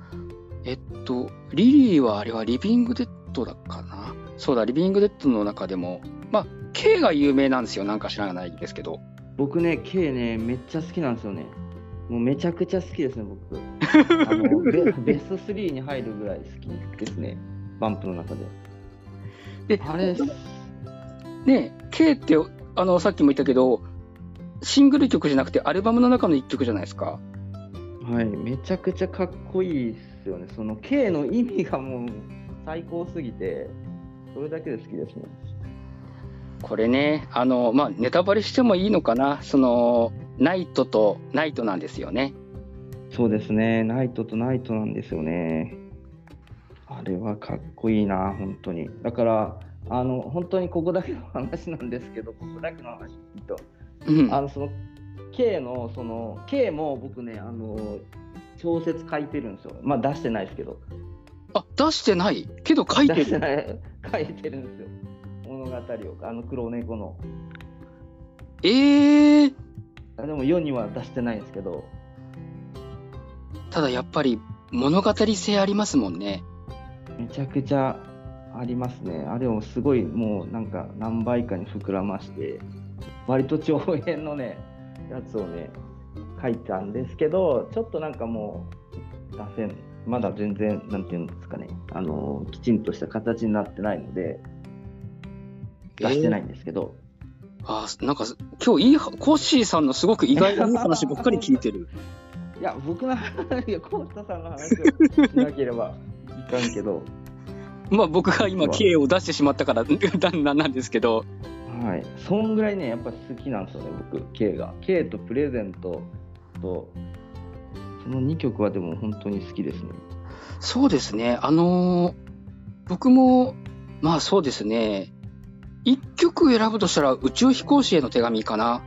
リリーはあれはリビングデッドだかな。そうだ、リビングデッドの中でもK が有名なんですよ。なんか知らないですけど。
僕ね K ねめっちゃ好きなんですよね。もうめちゃくちゃ好きですね僕。ベスト3に入るぐらい好きですね、バンプの中で。
であれね、K ってさっきも言ったけどシングル曲じゃなくてアルバムの中の1曲じゃないですか。
はい、めちゃくちゃかっこいいですよね。その K の意味がもう最高すぎて、それだけで好きですね。
これね、ネタバレしてもいいのかな。ナイトとナイトなんですよね。
そうですね、ナイトとナイトなんですよね。あれはかっこいいな、本当に。だから本当にここだけの話なんですけど、ここだけの話と、その K のK も僕ね小説書いてるんですよ。まあ出してないですけど。
出してないけど書いてる。
出してない、書いてるんですよ。物語を黒猫の。でも世には出してないんですけど。
ただやっぱり物語性ありますもんね。
めちゃくちゃありますね。あれをすごいもうなんか何倍かに膨らまして割と長編のねやつをね書いたんですけど、ちょっとなんかもう出せん、まだ全然なんていうんですかね、きちんとした形になってないので出してないんですけど、
なんか今日コッシーさんのすごく意外ないい話ばっかり聞いてる。
いや僕の話、コータさんの話をしなければいかんけど
僕が今 K を出してしまったからなんですけど、
はい、そんぐらいねやっぱ好きなんですよね僕。 K が K とプレゼントとその2曲はでも本当に好きですね。
そうですね、僕もそうですね、1曲選ぶとしたら宇宙飛行士への手紙かな。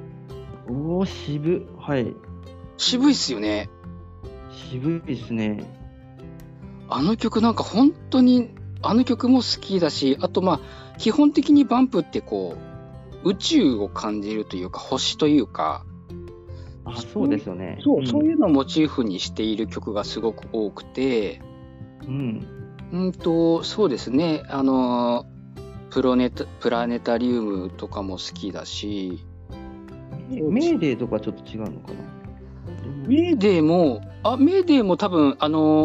渋。はい、
渋いっすよね。
渋いですね。
あの曲なんか本当に曲も好きだし、あと基本的にバンプってこう宇宙を感じるというか星というか、
そうですよね。
そういうのをモチーフにしている曲がすごく多くて、そうですね、プラネタリウムとかも好きだし、
メーデーとかちょっと違うのかな。
メーデーも多分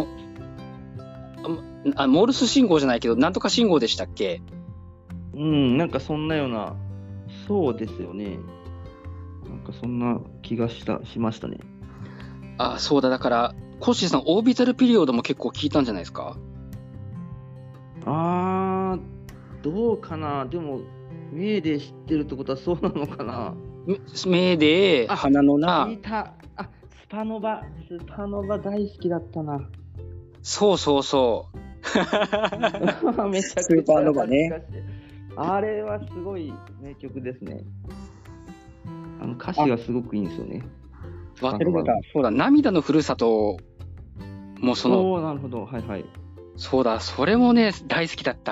モールス信号じゃないけどなんとか信号でしたっけ。
なんかそんなような、そうですよね。なんかそんな気がしましたね。
そうだ、だからコッシーさんオービタルピリオドも結構聞いたんじゃないですか。
どうかな。でもメーデー知ってるってことはそうなのかな。
メーデー、花の名、
聞いた。 スパノバ大好きだったな。
そうそうそう。
めちゃくちゃ
スーパーノバね。
あれはすごい名曲ですね。歌詞がすごくいいんですよね。
忘れてた。そうだ、涙のふるさとも
おー、なるほど。はいはい。
そうだ、それもね、大好きだった。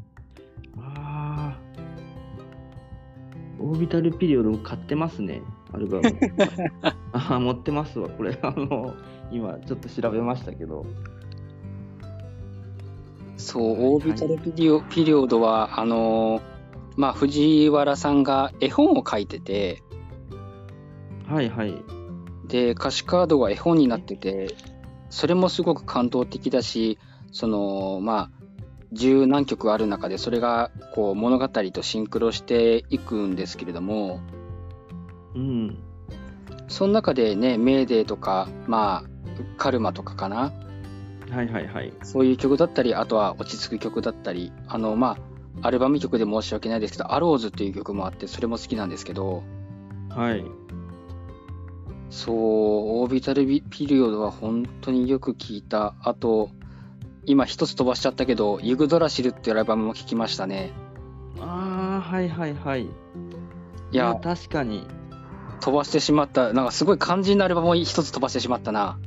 オービタルピリオド買ってますね、アルバム。持ってますわ、これ。今、ちょっと調べましたけど。
そう、オービタルピリオドは、藤原さんが絵本を書いてて、
はいはい。
で、歌詞カードが絵本になってて、それもすごく感動的だし、十何曲ある中でそれがこう物語とシンクロしていくんですけれども、その中でね、メーデーとか、カルマとかかな、
はいはいはい。
そういう曲だったり、あとは落ち着く曲だったり、アルバム曲で申し訳ないですけど、アローズっていう曲もあって、それも好きなんですけど、
はい。
そう、オービタルピリオドは本当によく聞いた。あと、今一つ飛ばしちゃったけど、ユグドラシルっていうアルバムも聴きましたね。
はいはいはい。い
や、
確かに。
飛ばしてしまった。なんかすごい肝心なアルバムを一つ飛ばしてしまったな。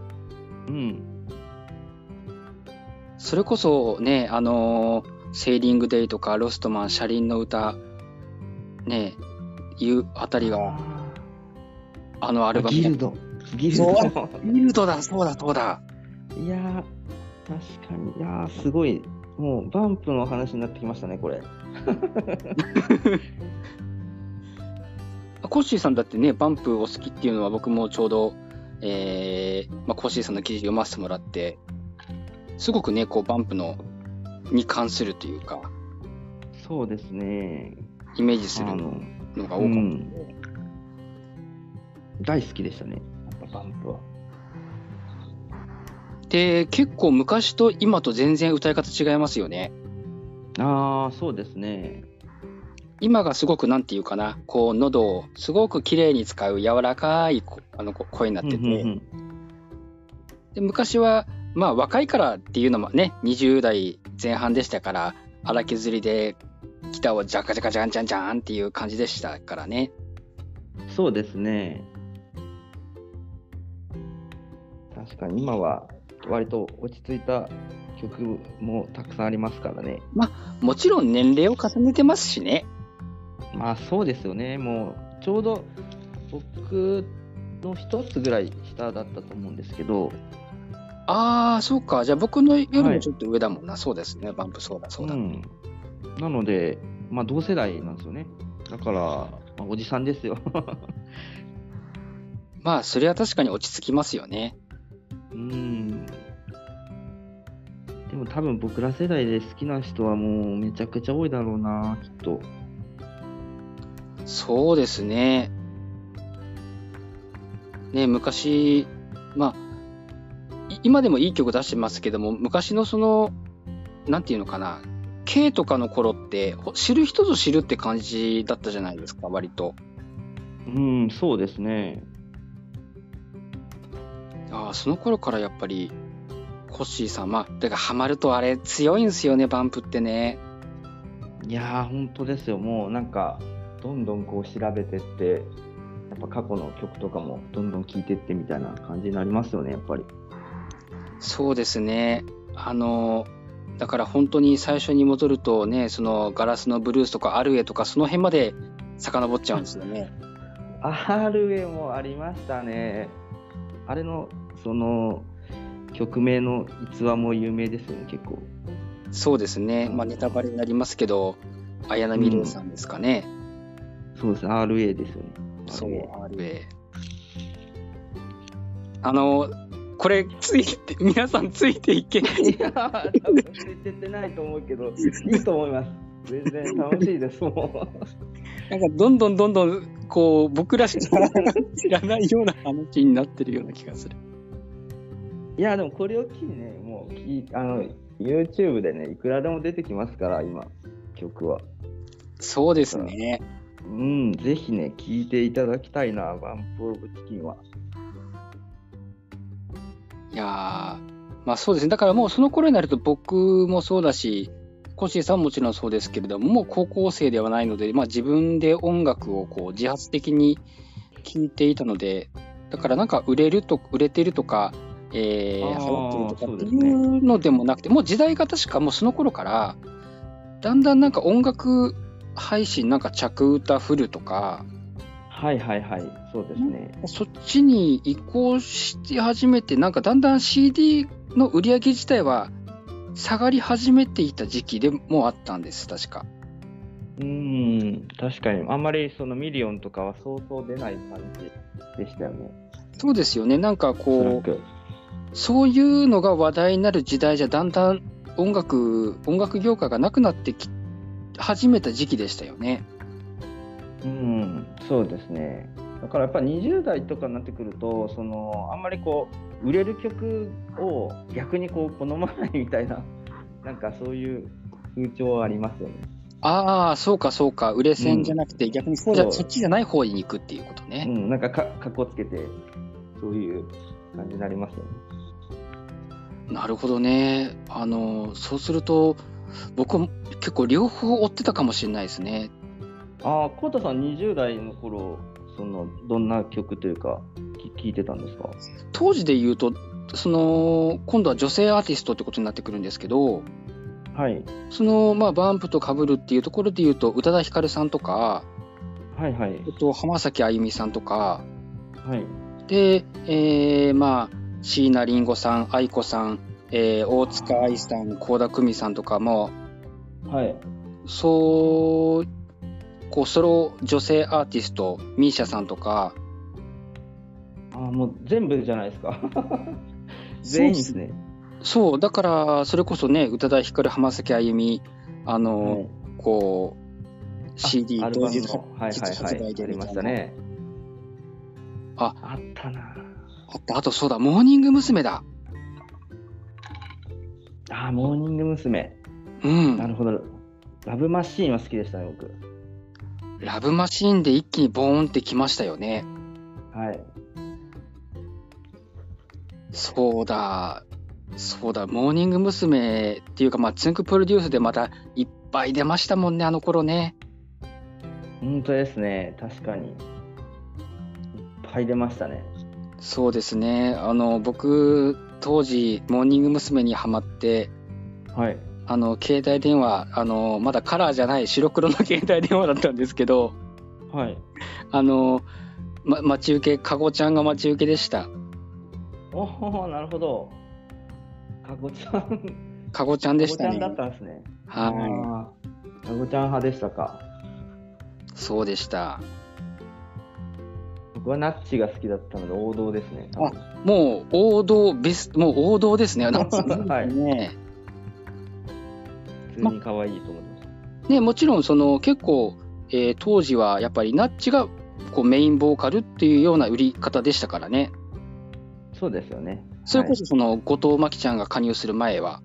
それこそね、セーリングデイとか、ロストマン、車輪の歌、ね、いうあたりが、アルバム。
ギルド
だ、そうだ。
いや確かに。いやすごい。もうバンプの話になってきましたね、これ。
コッシーさんだってね、バンプお好きっていうのは僕もちょうど、コッシーさんの記事読ませてもらって、すごくね、こうバンプに関するというか、
そうですね。
イメージするのが多かった。
大好きでしたね、やっぱバンプは。
で、結構昔と今と全然歌い方違いますよね。
そうですね。
今がすごくなんていうかな、こう喉をすごく綺麗に使う柔らかい声になってて、で昔は若いからっていうのもね、20代前半でしたから、荒削りでギターをジャカジャカジャンジャンジャンっていう感じでしたからね。
そうですね。確かに今は割と落ち着いた曲もたくさんありますからね。
もちろん年齢を重ねてますしね。
そうですよね。もうちょうど僕の一つぐらい下だったと思うんですけど。
そうか。じゃあ僕のよりもちょっと上だもんな。そうですね。バンプ、そうだ。
なので、同世代なんですよね。だから、おじさんですよ。
それは確かに落ち着きますよね。
でも多分僕ら世代で好きな人はもうめちゃくちゃ多いだろうな、きっと。
そうですね。ね、昔、今でもいい曲出してますけども、昔のなんていうのかな、K とかの頃って知る人ぞ知るって感じだったじゃないですか、割と。
そうですね。
その頃からやっぱりコッシーさん、だからハマるとあれ強いんですよね、バンプってね。
いや本当ですよ。もうなんかどんどんこう調べてって、やっぱ過去の曲とかもどんどん聴いてってみたいな感じになりますよね、やっぱり。
そうですね。だから本当に最初に戻るとね、そのガラスのブルースとかアルエとかその辺まで遡っちゃうんですよね。
アルエもありましたね。あれのその曲名の逸話も有名ですよね、結構。
そうですね。ネタバレになりますけど、綾波レイさんですかね。
そうです、RA ですよね。
そう、RA。これ皆さんついていけない。
いや、多分ついてってないと思うけど、いいと思います。全然楽しいです、もう。
なんかどんどんこう僕ら知らないような話になってるような気がする。
いやでもこれを機にね、もうYouTube でね、いくらでも出てきますから今曲は。
そうですね。
ぜひね聴いていただきたいな、バンプオブチキンは。
やまあそうですね。だからもうその頃になると僕もそうだし、コッシーさんももちろんそうですけれども、もう高校生ではないので、まあ自分で音楽をこう自発的に聴いていたので、だからなんか売れてるとか、流行ってるとかっていうのでもなくて、もう時代が確かもうその頃から、だんだんなんか音楽配信なんか着歌フルとか、
はいはいはい、そうですね。
そっちに移行し始めて、なんかだんだん CD の売り上げ自体は下がり始めていた時期でもあったんです、確か。
確かに。あんまりそのミリオンとかはそうそう出ない感じでしたよね。
そうですよね。なんかこう、そういうのが話題になる時代じゃだんだん音楽業界がなくなってき始めた時期でしたよね。
そうですね。だからやっぱり20代とかになってくると、あんまりこう売れる曲を逆にこう好まないみたいな、なんかそういう風潮はありますよね。
ああ、そうかそうか。売れ線じゃなくて、逆にそっちじゃない方に行くっていうことね。
なんかかっこつけてそういう感じになりますよね。
なるほどね。そうすると僕も結構両方追ってたかもしれないですね。
コウタさん20代の頃、どんな曲というか聴いてたんですか？
当時で言うと今度は女性アーティストってことになってくるんですけど、
はい、
まあ、バンプと被るっていうところで言うと宇多田ヒカルさんとか、
はいはい、
浜崎あゆみさんとか、
はい、
で、まあ椎名林檎さん、愛子さん、大塚愛さん、倖田來未さんとかも、
はい、
そうこうソロ女性アーティストミーシャさんとか、
もう全部じゃないですか。全員ですね。
そうだからそれこそね、宇多田ヒカル、浜崎あゆみ、こう CD 同時発売で
ありましたね。あったな。
あとそうだ、モーニング娘。だ。
モーニング娘。なるほど。ラブマシーンは好きでしたね、僕。
ラブマシーンで一気にボーンってきましたよね。
はい。
そうだ、モーニング娘。っていうか、まあ、ツンクプロデュースでまたいっぱい出ましたもんね、あの頃ね。
本当ですね、確かに。いっぱい出ましたね。
そうですね。僕、当時、モーニング娘。にハマって、
はい。
携帯電話、まだカラーじゃない白黒の携帯電話だったんですけど、
はい。
待ち受け、かごちゃんが待ち受けでした。
おお、なるほど。かごちゃん。
かごちゃんでしたね。
かごちゃんだったんですね。
はい。
かごちゃん派でしたか。
そうでした。
僕はナッチが好きだったので王道ですね。
もう王道ですね。ナッチね。
はい。普通に可愛いと思います。
ね、もちろん結構、当時はやっぱりナッチがこうメインボーカルっていうような売り方でしたからね。
そうですよね。
それこそ後藤真希ちゃんが加入する前は。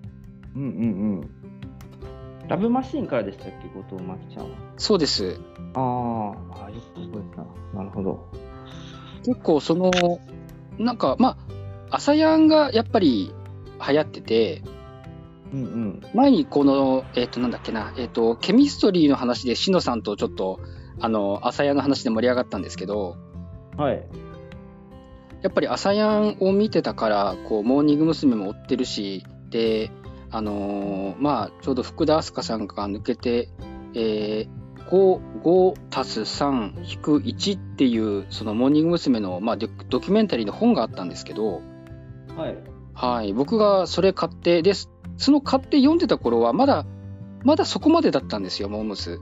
ラブマシーンからでしたっけ、後藤真希ちゃんは。
そうです。
よく覚えてた。なるほど。
結構なんかまあ朝やんがやっぱり流行ってて、前になんだっけな、ケミストリーの話でしのさんとちょっと朝やんの話で盛り上がったんですけど、
はい。
やっぱり朝やんを見てたからこうモーニング娘。も追ってるし、でまあちょうど福田明日香さんが抜けて、5+3-1 っていうそのモーニング娘。の、まあ、ドキュメンタリーの本があったんですけど、はい、僕がそれ買ってその買って読んでた頃はまだそこまでだったんですよ、モームス。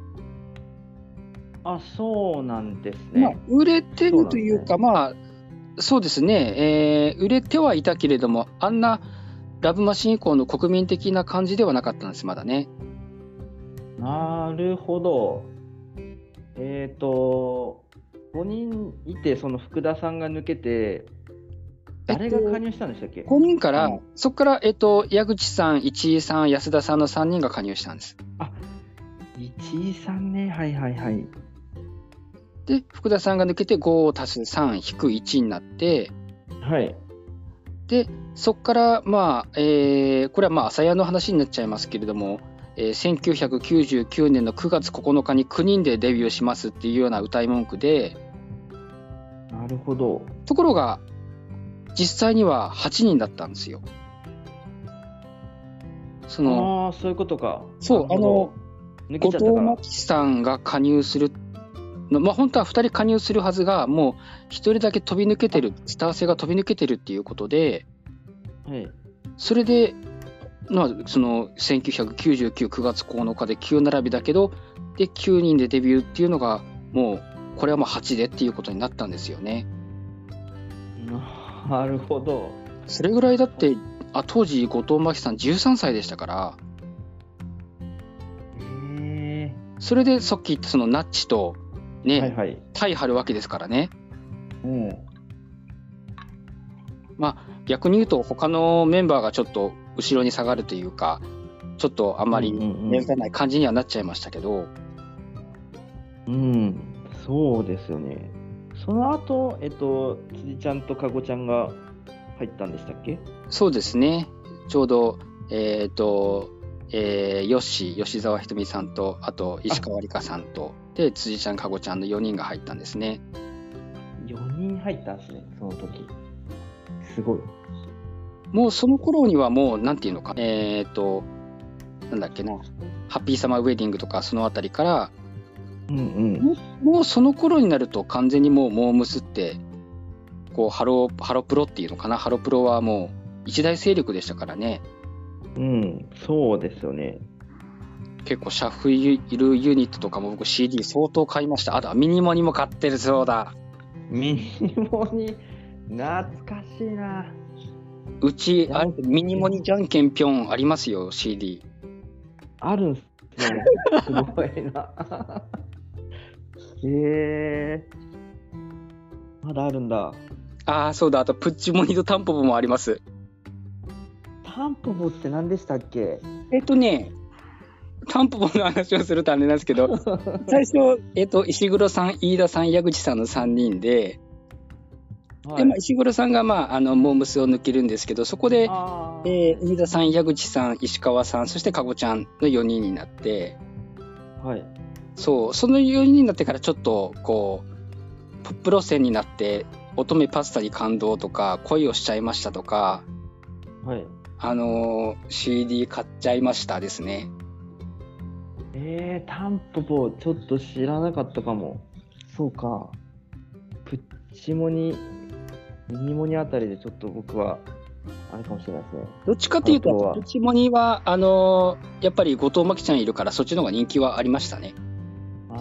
そうなんですね。
売れてるというか、まあそうですね、売れてはいたけれども、あんなラブマシン以降の国民的な感じではなかったんです、まだね。
なるほど。5人いて、その福田さんが抜けて、誰が加入したんでしたっけ？
5 人から、そこから、矢口さん、市井さん、安田さんの3人が加入したんです。
市井さんね、はいはいはい。
で、福田さんが抜けて 5+3-1 になって、
はい。
で、 そこから、まあこれはまあ朝屋の話になっちゃいますけれども、1999年の9月9日に9人でデビューしますっていうような歌い文句で、
なるほど。
ところが実際には8人だったんですよ。
そういうことか。
そう、
抜けちゃったから。
後藤真希さんが加入するの、まあ本当は2人加入するはずが、もう1人だけ飛び抜けてる、スター性が飛び抜けてるっていうことで、
はい、
それで、まあ、その1999、9月9日で9並びだけど、で9人でデビューっていうのが、もうこれはもう8でっていうことになったんですよね。
なるほど。
それぐらいだって、当時後藤真希さん13歳でしたから、それでさっき言ったそのナッチとね、
はいはい、
対張るわけですからね。
うん、
まあ逆に言うと他のメンバーがちょっと後ろに下がるというか、ちょっとあんまり目立たない感じにはなっちゃいましたけど、
そうですよね。その後、辻ちゃんとかごちゃんが入ったんでしたっけ？
そうですね。ちょうど吉沢ひとみさんと、あと石川里香さんとで辻ちゃんかごちゃんの4人が入ったんですね。
4人入ったんですね、その時。すごい。
もうその頃にはもうなんていうのか、なんだっけな、ハッピーサマーウェディングとかそのあたりから、もうその頃になると完全にもうモームスってこうハロプロっていうのかな、ハロプロはもう一大勢力でしたからね。
そうですよね。
結構シャッフルユニットとかも僕 CD 相当買いました。あとミニモニも買ってるそうだ。
ミニモニ懐かしいな。
うちミニモニじゃんけんぴょんありますよ CD。
あるんすね。すごいな。まだあるんだ。
そうだ。あとプッチモニとタンポポもあります。
タンポポって何でしたっけ？
タンポポの話をするとあれなんですけど最初、石黒さん、飯田さん、矢口さんの3人で、で石黒さんが、モームスを抜けるんですけど、そこで、飯田さん、矢口さん、石川さん、そしてかごちゃんの4人になって、その4人になってからちょっとこうポップ路線になって、乙女パスタに感動とか恋をしちゃいましたとか、CD 買っちゃいましたですね。
タンポポちょっと知らなかったかも。そうか。プッチモニ、ミニモニあたりでちょっと僕はあれかもしれないですね。
どっちかというとプッチモニはやっぱり後藤真希ちゃんいるからそっちの方が人気はありましたね。
な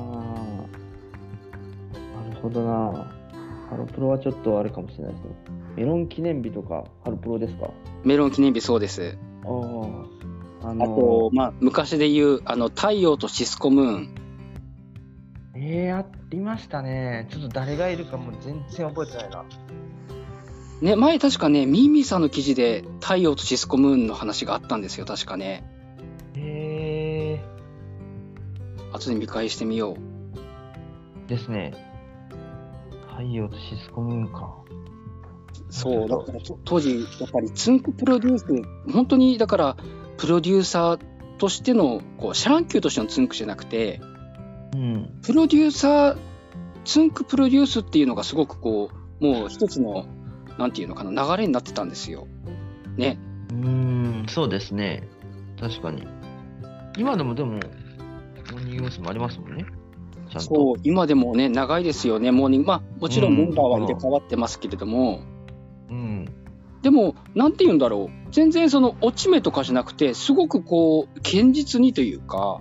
るほどな。ハロプロはちょっとあるかもしれないですね。メロン記念日とかハロプロですか？
メロン記念日そうです。あと、昔で言う太陽とシスコムーン。
ありましたね。ちょっと誰がいるかも全然覚えてないな。
ね、前確かね、ミーミーさんの記事で太陽とシスコムーンの話があったんですよ、確かね。後で見返してみよ
う。ですね。太陽とシスコムーンか。
そう、だから当時、やっぱりつんくプロデュース、本当にだから、プロデューサーとしての、シャランキューとしてのつんくじゃなくて、プロデューサー、つんくプロデュースっていうのがすごくもう一つの、なんていうのかな、流れになってたんですよ。ね。
そうですね。確かに。今でもモーニング娘。もありますもんね。ちゃんと。
そう、今でもね、長いですよね、モーニング。もちろんメンバーは入れ替わってますけれども、でも、なんて言うんだろう、全然その落ち目とかじゃなくて、すごく堅実にというか、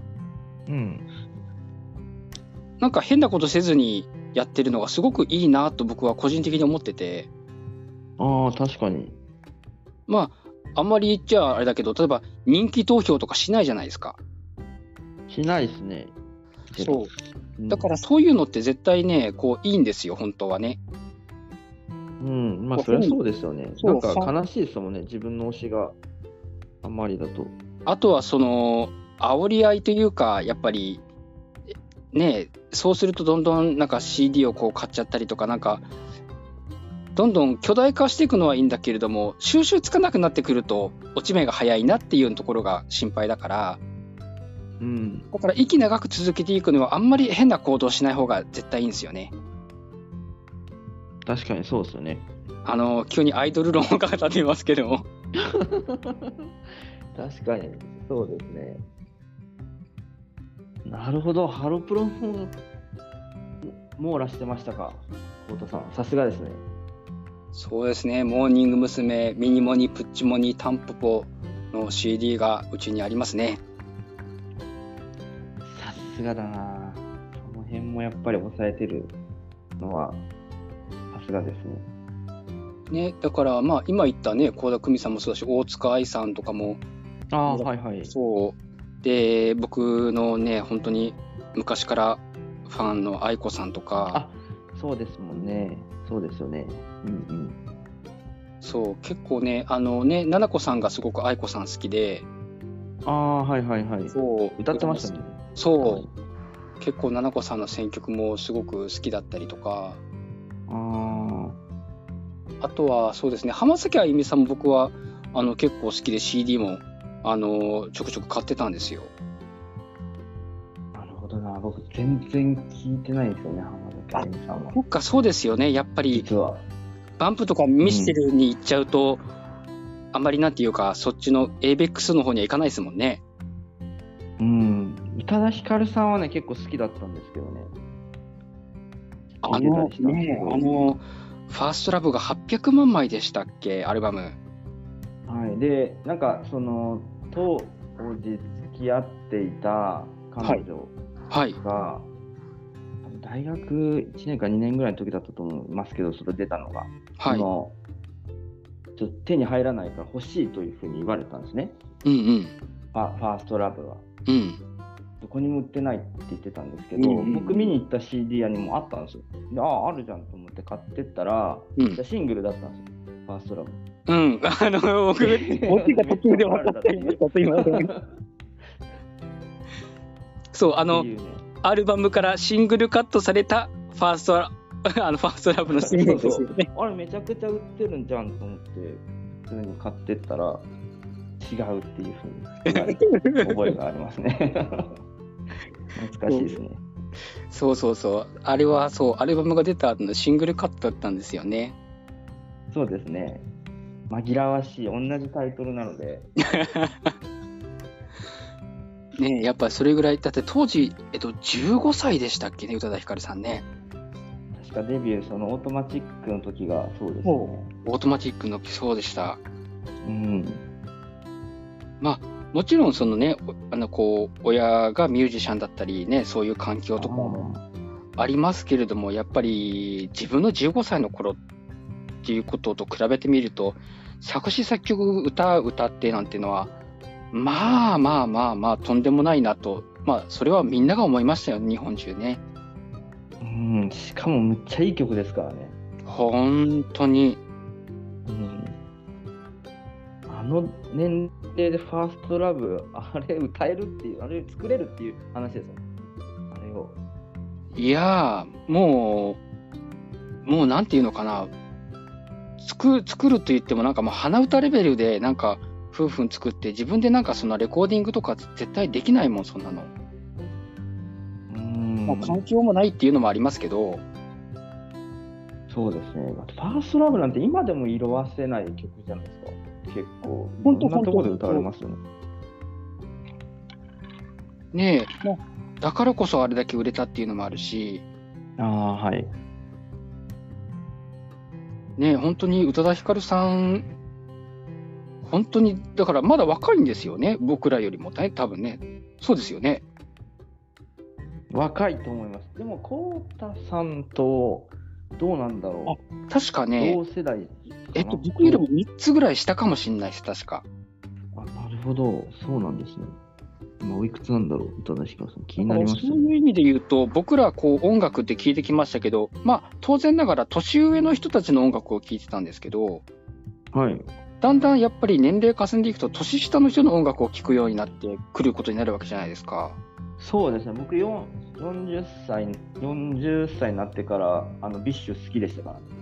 なんか変なことせずにやってるのがすごくいいなと僕は個人的に思ってて。
確かに。
あんまり言っちゃあれだけど、例えば人気投票とかしないじゃないですか。
しないですね。
そう。だからそういうのって絶対ね、いいんですよ、本当はね。
それはそうですよね。なんか悲しいですもんね、自分の推しがあんまりだと。あ
とは煽り合いというか、やっぱりね、そうするとどんどんなんか CD を買っちゃったりとか、なんかどんどん巨大化していくのはいいんだけれども、収集つかなくなってくると落ち目が早いなっていうところが心配だから、だから息長く続けていくのはあんまり変な行動しない方が絶対いいんですよね。
確かにそうですよね。
急にアイドル論を語っていますけども
確かにそうですね。なるほど、ハロプロも網羅してましたか、コウタさん。さすがですね。
そうですね、モーニング娘。ミニモニ、プッチモニ、タンポポの CD がうちにありますね。
さすがだな。その辺もやっぱり抑えてるのはさすがですね。
だからまあ今言ったね、倖田來未さんもそうだし、大塚愛さんとかも、
はいはい。
そうで、僕のね本当に昔からファンの愛子さんとか。
そうですもんね。そうですよね。
そう結構ね、菜々子さんがすごく愛子さん好きで。
はいはいはい。
そう
歌ってましたね。
そう、結構菜々子さんの選曲もすごく好きだったりとか。あとはそうですね、浜崎あゆみさんも僕は結構好きで CD もちょくちょく買ってたんですよ。
なるほどな、僕全然聞いてないですよね、浜崎あゆみさんは。
そっか、そうですよね。やっぱり
実は
バンプとかミステルに行っちゃうと、あんまりなんていうかそっちの ABEX の方には行かないですもんね。
宇多田ヒカルさんはね結構好きだったんですけどね。
ファーストラブが800万枚でしたっけ、アルバム。
でなんかその当時付き合っていた彼女が、大学1年か2年ぐらいの時だったと思いますけど、それ出たのが、ちょっと手に入らないから欲しいというふうに言われたんですね。ファーストラブは。どこにも売ってないって言ってたんですけど、僕見に行った CD 屋にもあったんですよ。であるじゃんと思って買ってったら、シングルだったんですよ、ファーストラブ。
僕が途中で分かっていました、すいません。そうアルバムからシングルカットされたファーストラブのシングルですよね。
あれめちゃくちゃ売ってるんじゃんと思って普通に買ってったら違うっていうふうに言われた覚えがありますね。懐かしいですね。
そうあれはアルバムが出た後のシングルカットだったんですよね。
そうですね、紛らわしい同じタイトルなので
ね、やっぱりそれぐらいだって当時、15歳でしたっけね、宇多田ヒカルさんね。
確かデビューそのオートマチックの時がそうですね。
オートマチックの時そうでした。まあもちろんそのね、親がミュージシャンだったりね、そういう環境とかもありますけれども、やっぱり自分の15歳の頃っていうことと比べてみると、作詞作曲歌ってなんていうのはまあとんでもないなと、それはみんなが思いましたよ、日本中ね。
しかもむっちゃいい曲ですからね、
本当に。
あの年齢でファーストラブあれ歌えるっていう、あれ作れるっていう話ですよ、あれを。
いやー、もうなんていうのかな、作ると言ってもなんかもう鼻歌レベルでなんか夫婦作って自分でなんかそのレコーディングとか絶対できないもん、そんなの。環境もないっていうのもありますけど。
そうですね、ファーストラブなんて今でも色あせない曲じゃないですか。結構いろんなところで歌われますよね。
ねえ、だからこそあれだけ売れたっていうのもあるし。ねえ、本当に宇多田ヒカルさん、本当にだからまだ若いんですよね、僕らよりもね、多分ね。そうですよね。
若いと思います。でもコウタさんとどうなんだろ
う。確かね、
同世代
僕よりも3つぐらい下かもしれないです、確か。
なるほど、そうなんですね。今おいくつなんだろう、宇多田ヒカルさん、気になります。
そういう意味で言うと、僕ら音楽って聞いてきましたけど、当然ながら年上の人たちの音楽を聴いてたんですけど、だんだんやっぱり年齢重ねていくと年下の人の音楽を聴くようになってくることになるわけじゃないですか。
そうですね、僕40歳になってからビッシュ好きでしたからね。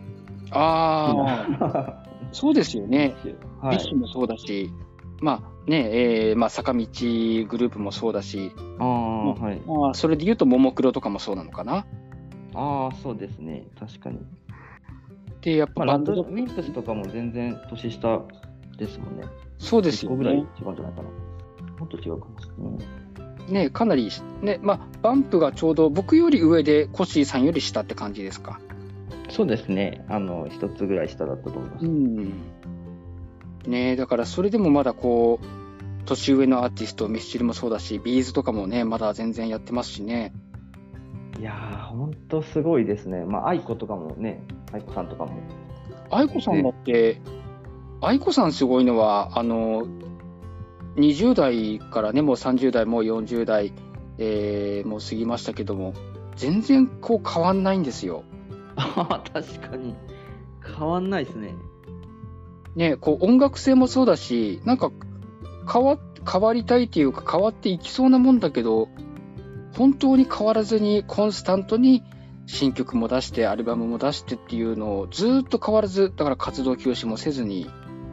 ああ、そうですよね。
はい。
ビッシュもそうだし、まあね、まあ、坂道グループもそうだし、
ああ、はい。
まあ、それで言うと、ももクロとかもそうなのかな。
ああ、そうですね。確かに。
で、やっぱ
まあ、
バンドと、
ウィンプスとかも全然年下ですもんね。
そうです
1個ぐらい違
よね。
うんじゃないかな。もっと違うかも。
ね、かなり、ね、まあ、バンプがちょうど僕より上で、コッシーさんより下って感じですか。
そうですね。一つぐらい下だったと思います。
ね、だからそれでもまだこう、年上のアーティスト、ミスチルもそうだし、ビーズとかもね、まだ全然やってますしね。
いやー、ほんとすごいですね。まあ、愛子とかもね、愛子さんとかも。
愛子さんだって、愛子さんすごいのは、20代からね、もう30代、もう40代、もう過ぎましたけども、全然こう変わんないんですよ。
ああ、確かに。変わんないですね。
ね、こう音楽性もそうだし、なんか変わりたいっていうか変わっていきそうなもんだけど、本当に変わらずにコンスタントに新曲も出してアルバムも出してっていうのをずっと変わらず、だから活動休止もせずに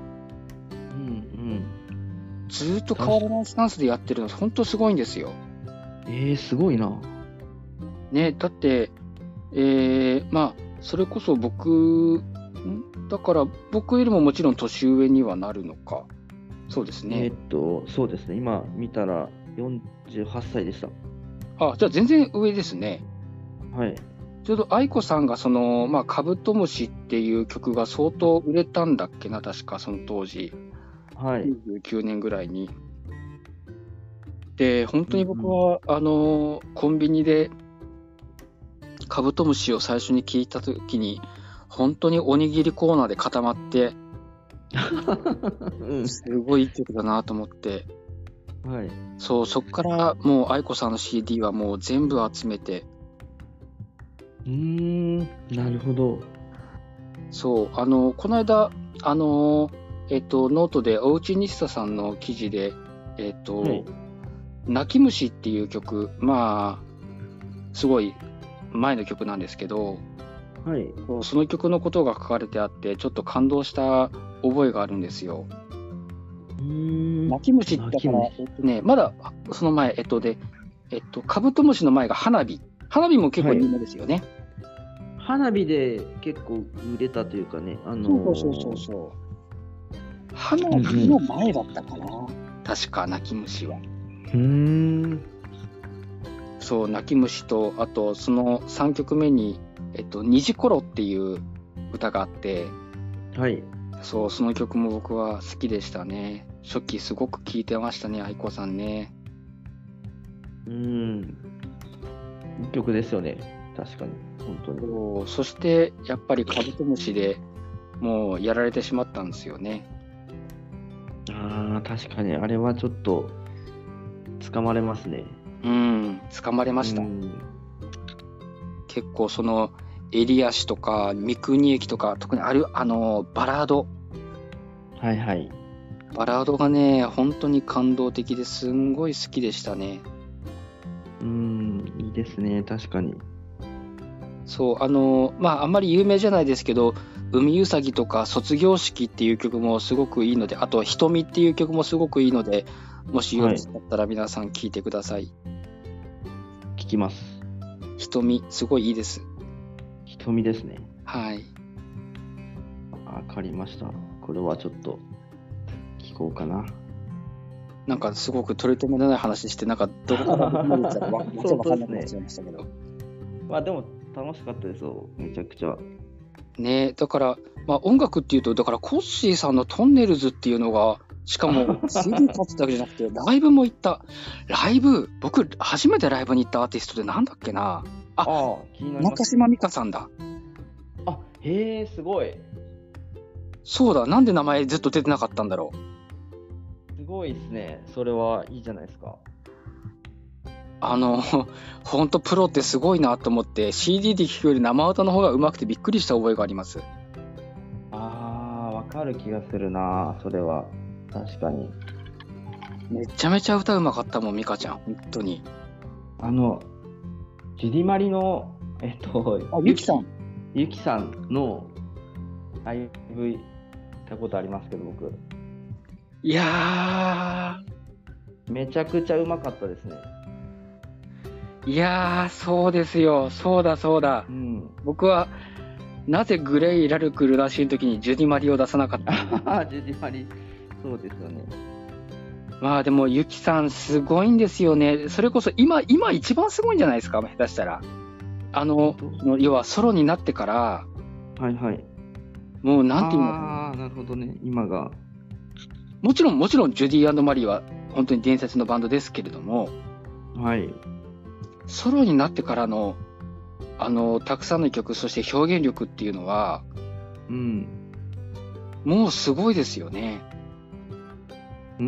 うん
ずっと変わらないスタンスでやってるの本当すごいんですよ。
うん。すごいな。
ね、だって、まあそれこそだから僕よりももちろん年上にはなるのか。そうですね。
そうですね。今見たら48歳でした。
あ、じゃあ全然上ですね。
はい。
ちょうど愛子さんがまあ、カブトムシっていう曲が相当売れたんだっけな、確かその当時。
はい。
99年ぐらいに。で、本当に僕
うん
は、コンビニでカブトムシを最初に聞いた時に、本当におにぎりコーナーで固まって、
うん。
すごいいい曲だなと思って、
はい。
そう、そっからもう愛子さんの CD はもう全部集めて、
なるほど。
そう、この間、ノートでおうちにスタさんの記事で、
はい。
泣き虫っていう曲、まあ、すごい前の曲なんですけど、
はい。
その曲のことが書かれてあって、ちょっと感動した覚えがあるんですよ。泣き虫だから、
泣き虫。
まだその前、カブトムシの前が花火。花火も結構
はい。
有名ですよね。
花火で結構売れたというかね、
そう。花
うん
火の前だったかな。確か、泣き虫は。
うん。
そう、泣き虫と、あと、その3曲目に、虹コロっていう歌があって、
はい。
そう、その曲も僕は好きでしたね。初期すごく聴いてましたね、愛子さんね。
いい曲ですよね。確かに。本当に。
そして、やっぱりカブトムシでもうやられてしまったんですよね。
ああ、確かに。あれはちょっと、掴まれますね。
掴まれました。結構襟足とか三国駅とか、特にバラード。
はいはい。
バラードがね、本当に感動的ですんごい好きでしたね。
いいですね。確かに。
そう、まあ、あんまり有名じゃないですけど、海うさぎとか卒業式っていう曲もすごくいいので、あと瞳っていう曲もすごくいいので、もしよろしかったら皆さん聴いてください。
聞きます。
瞳、すごいいいです。
瞳ですね。
はい。
わかりました。これはちょっと聞こうかな。
なんかすごく取り留めのない話して、なんかどこから見れちゃうかわかんなくなっちゃいましたけど。
まあでも楽しかったですよ。めちゃくちゃ。
ね、だから、まあ、音楽っていうと、だからコッシーさんのトンネルズっていうのが、しかも CD 買ってただけじゃなくて、ライブも行った。僕、初めてライブに行ったアーティストでなんだっけな。
気になります。
中島美嘉さんだ。
へえ、すごい。
そうだ、なんで名前ずっと出てなかったんだろう。
すごいですね。それはいいじゃないですか。
ほんとプロってすごいなと思って、CD で聴くより生歌の方が上手くてびっくりした覚えがあります。
わかる気がするな、それは。確かに。
めちゃめちゃ歌うまかったもん、美嘉ちゃん、本当に。
ジュディマリの、
ゆきさん。
ゆきさんのライブ行ったことありますけど、僕。
いや
めちゃくちゃうまかったですね。
そうですよ。そうだそうだ。
うん。
僕は、なぜグレイ・ラルク・ルナシーの時にジュディ・マリを出さなかったの？
ジュディマリ、そうですよね。
まあでも、ユキさんすごいんですよね。それこそ今一番すごいんじゃないですか、下手したら。要はソロになってから、
はいはい。
もうなんていうのかな。
ああ、なるほどね、今が。
もちろんジュディ&マリーは本当に伝説のバンドですけれども、
はい。
ソロになってからの、たくさんの曲、そして表現力っていうのは、
うん。
もうすごいですよね。
うん、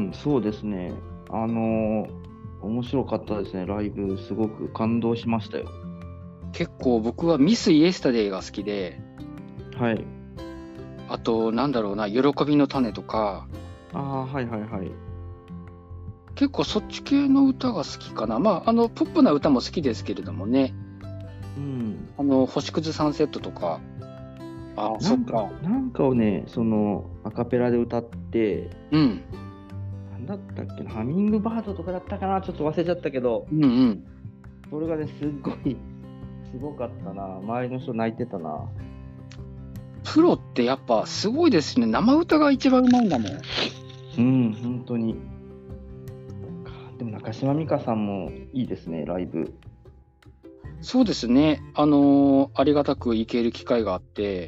そうですね。面白かったですね、ライブ。すごく感動しましたよ。
結構僕はミス・イエスタデイが好きで、
はい。
あと、なんだろうな、喜びの種とか、
ああ、はいはいはい。
結構そっち系の歌が好きかな。まあ、ポップな歌も好きですけれどもね、
うん。
星屑サンセットとか、ああ、
なんかをね、アカペラで歌って、
うん。
なんだったっけな、ハミングバードとかだったかな、ちょっと忘れちゃったけど、
うんうん。
それがね、すごかったな。周りの人泣いてたな。
プロってやっぱすごいですね。生歌が一番うまいんだもん。
うん、本当に。でも中島美嘉さんもいいですね、ライブ。
そうですね。ありがたく行ける機会があって、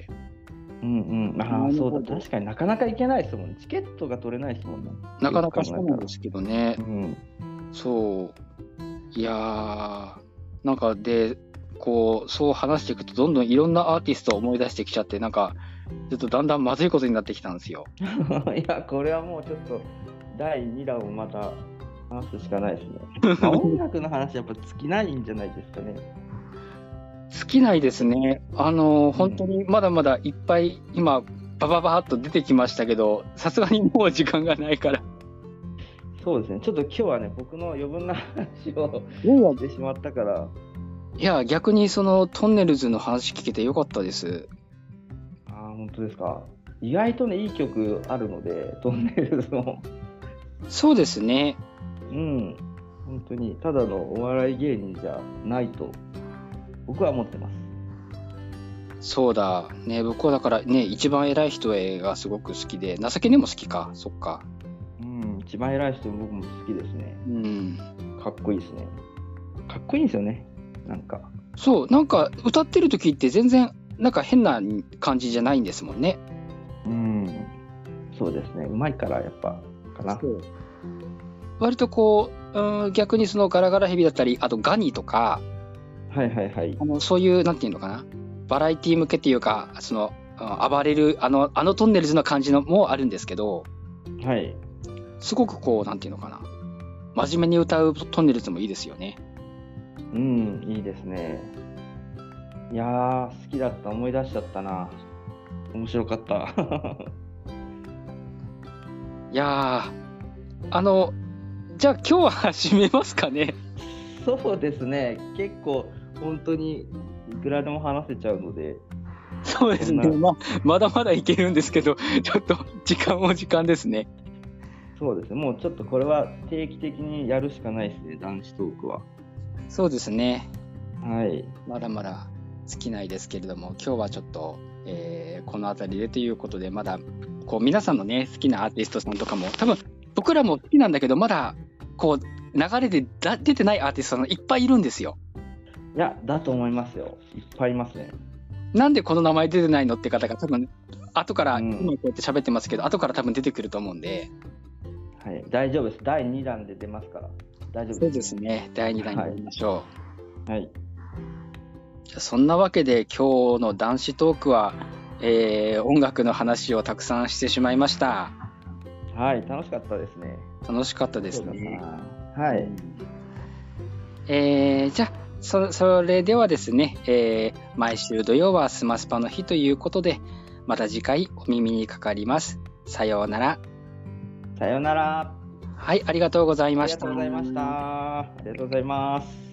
うんうん。ああ、そうだ。確かになかなか行けないですもんね。チケットが取れないですもんね。
なかなか
よく考えたら
そうなんですけどね。
うん。
そう。いやー、なんかで、こう、そう話していくと、どんどんいろんなアーティストを思い出してきちゃって、なんか、ちょっとだんだんまずいことになってきたんですよ。
いや、これはもうちょっと第2弾をまた話すしかないですね。まあ、音楽の話やっぱ尽きないんじゃないですかね。
尽きないですね。本当にまだまだいっぱい今、バババーっと出てきましたけど、さすがにもう時間がないから。
そうですね。ちょっと今日はね、僕の余分な話をしてしまったから。
いや、逆にそのトンネルズの話聞けてよかったです。
ああ、本当ですか。意外とね、いい曲あるので、トンネルズの。
そうですね。
うん。本当に、ただのお笑い芸人じゃないと、僕は思ってます。
そうだ。ね、僕はだからね、一番偉い人へがすごく好きで、情けねも好きか。そっか。
うん、一番偉い人僕も好きですね。
うん。
かっこいいですね。かっこいいんですよね。なんか。
そう、なんか歌ってる時って全然、なんか変な感じじゃないんですもんね。
うん。そうですね。うまいからやっぱかな。
割とこう、逆にそのガラガラヘビだったり、あとガニとか、
はいはいはい。
そういう、なんていうのかな。バラエティ向けっていうか、暴れる、あのトンネルズの感じのもあるんですけど、
はい。
すごくこう、なんていうのかな。真面目に歌うトンネルズもいいですよね。
うん、いいですね。いやー、好きだった。思い出しちゃったな。面白かった。
いやー、じゃあ今日は締めますかね。
そうですね。結構、本当にいくらでも話せちゃうので。
そうですね。まだまだいけるんですけど、ちょっと時間ですね。
そうですね。もうちょっとこれは定期的にやるしかないですね、男子トークは。
そうですね。
はい。
まだまだ尽きないですけれども、今日はちょっと、この辺りでということで、まだこう皆さんのね、好きなアーティストさんとかも、多分僕らも好きなんだけど、まだこう流れで出てないアーティストさんいっぱいいるんですよ。
いや、だと思いますよ。いっぱいいますね。
なんでこの名前出てないのって方が多分、後から、今こうやって喋ってますけど、後から多分出てくると思うんで。
はい、大丈夫です。第2弾で出ますから。大丈夫です。
そうですね。第2弾にやりましょ
う。はい。
じゃあそんなわけで今日の男子トークは、音楽の話をたくさんしてしまいました。
はい、楽しかったですね。
楽しかったですね。
はい。
じゃあそれではですね、毎週土曜はスマスパの日ということで、また次回お耳にかかります。さようなら。
さようなら。
はい、ありがとうございました。
ありがとうございました。ありがとうございます。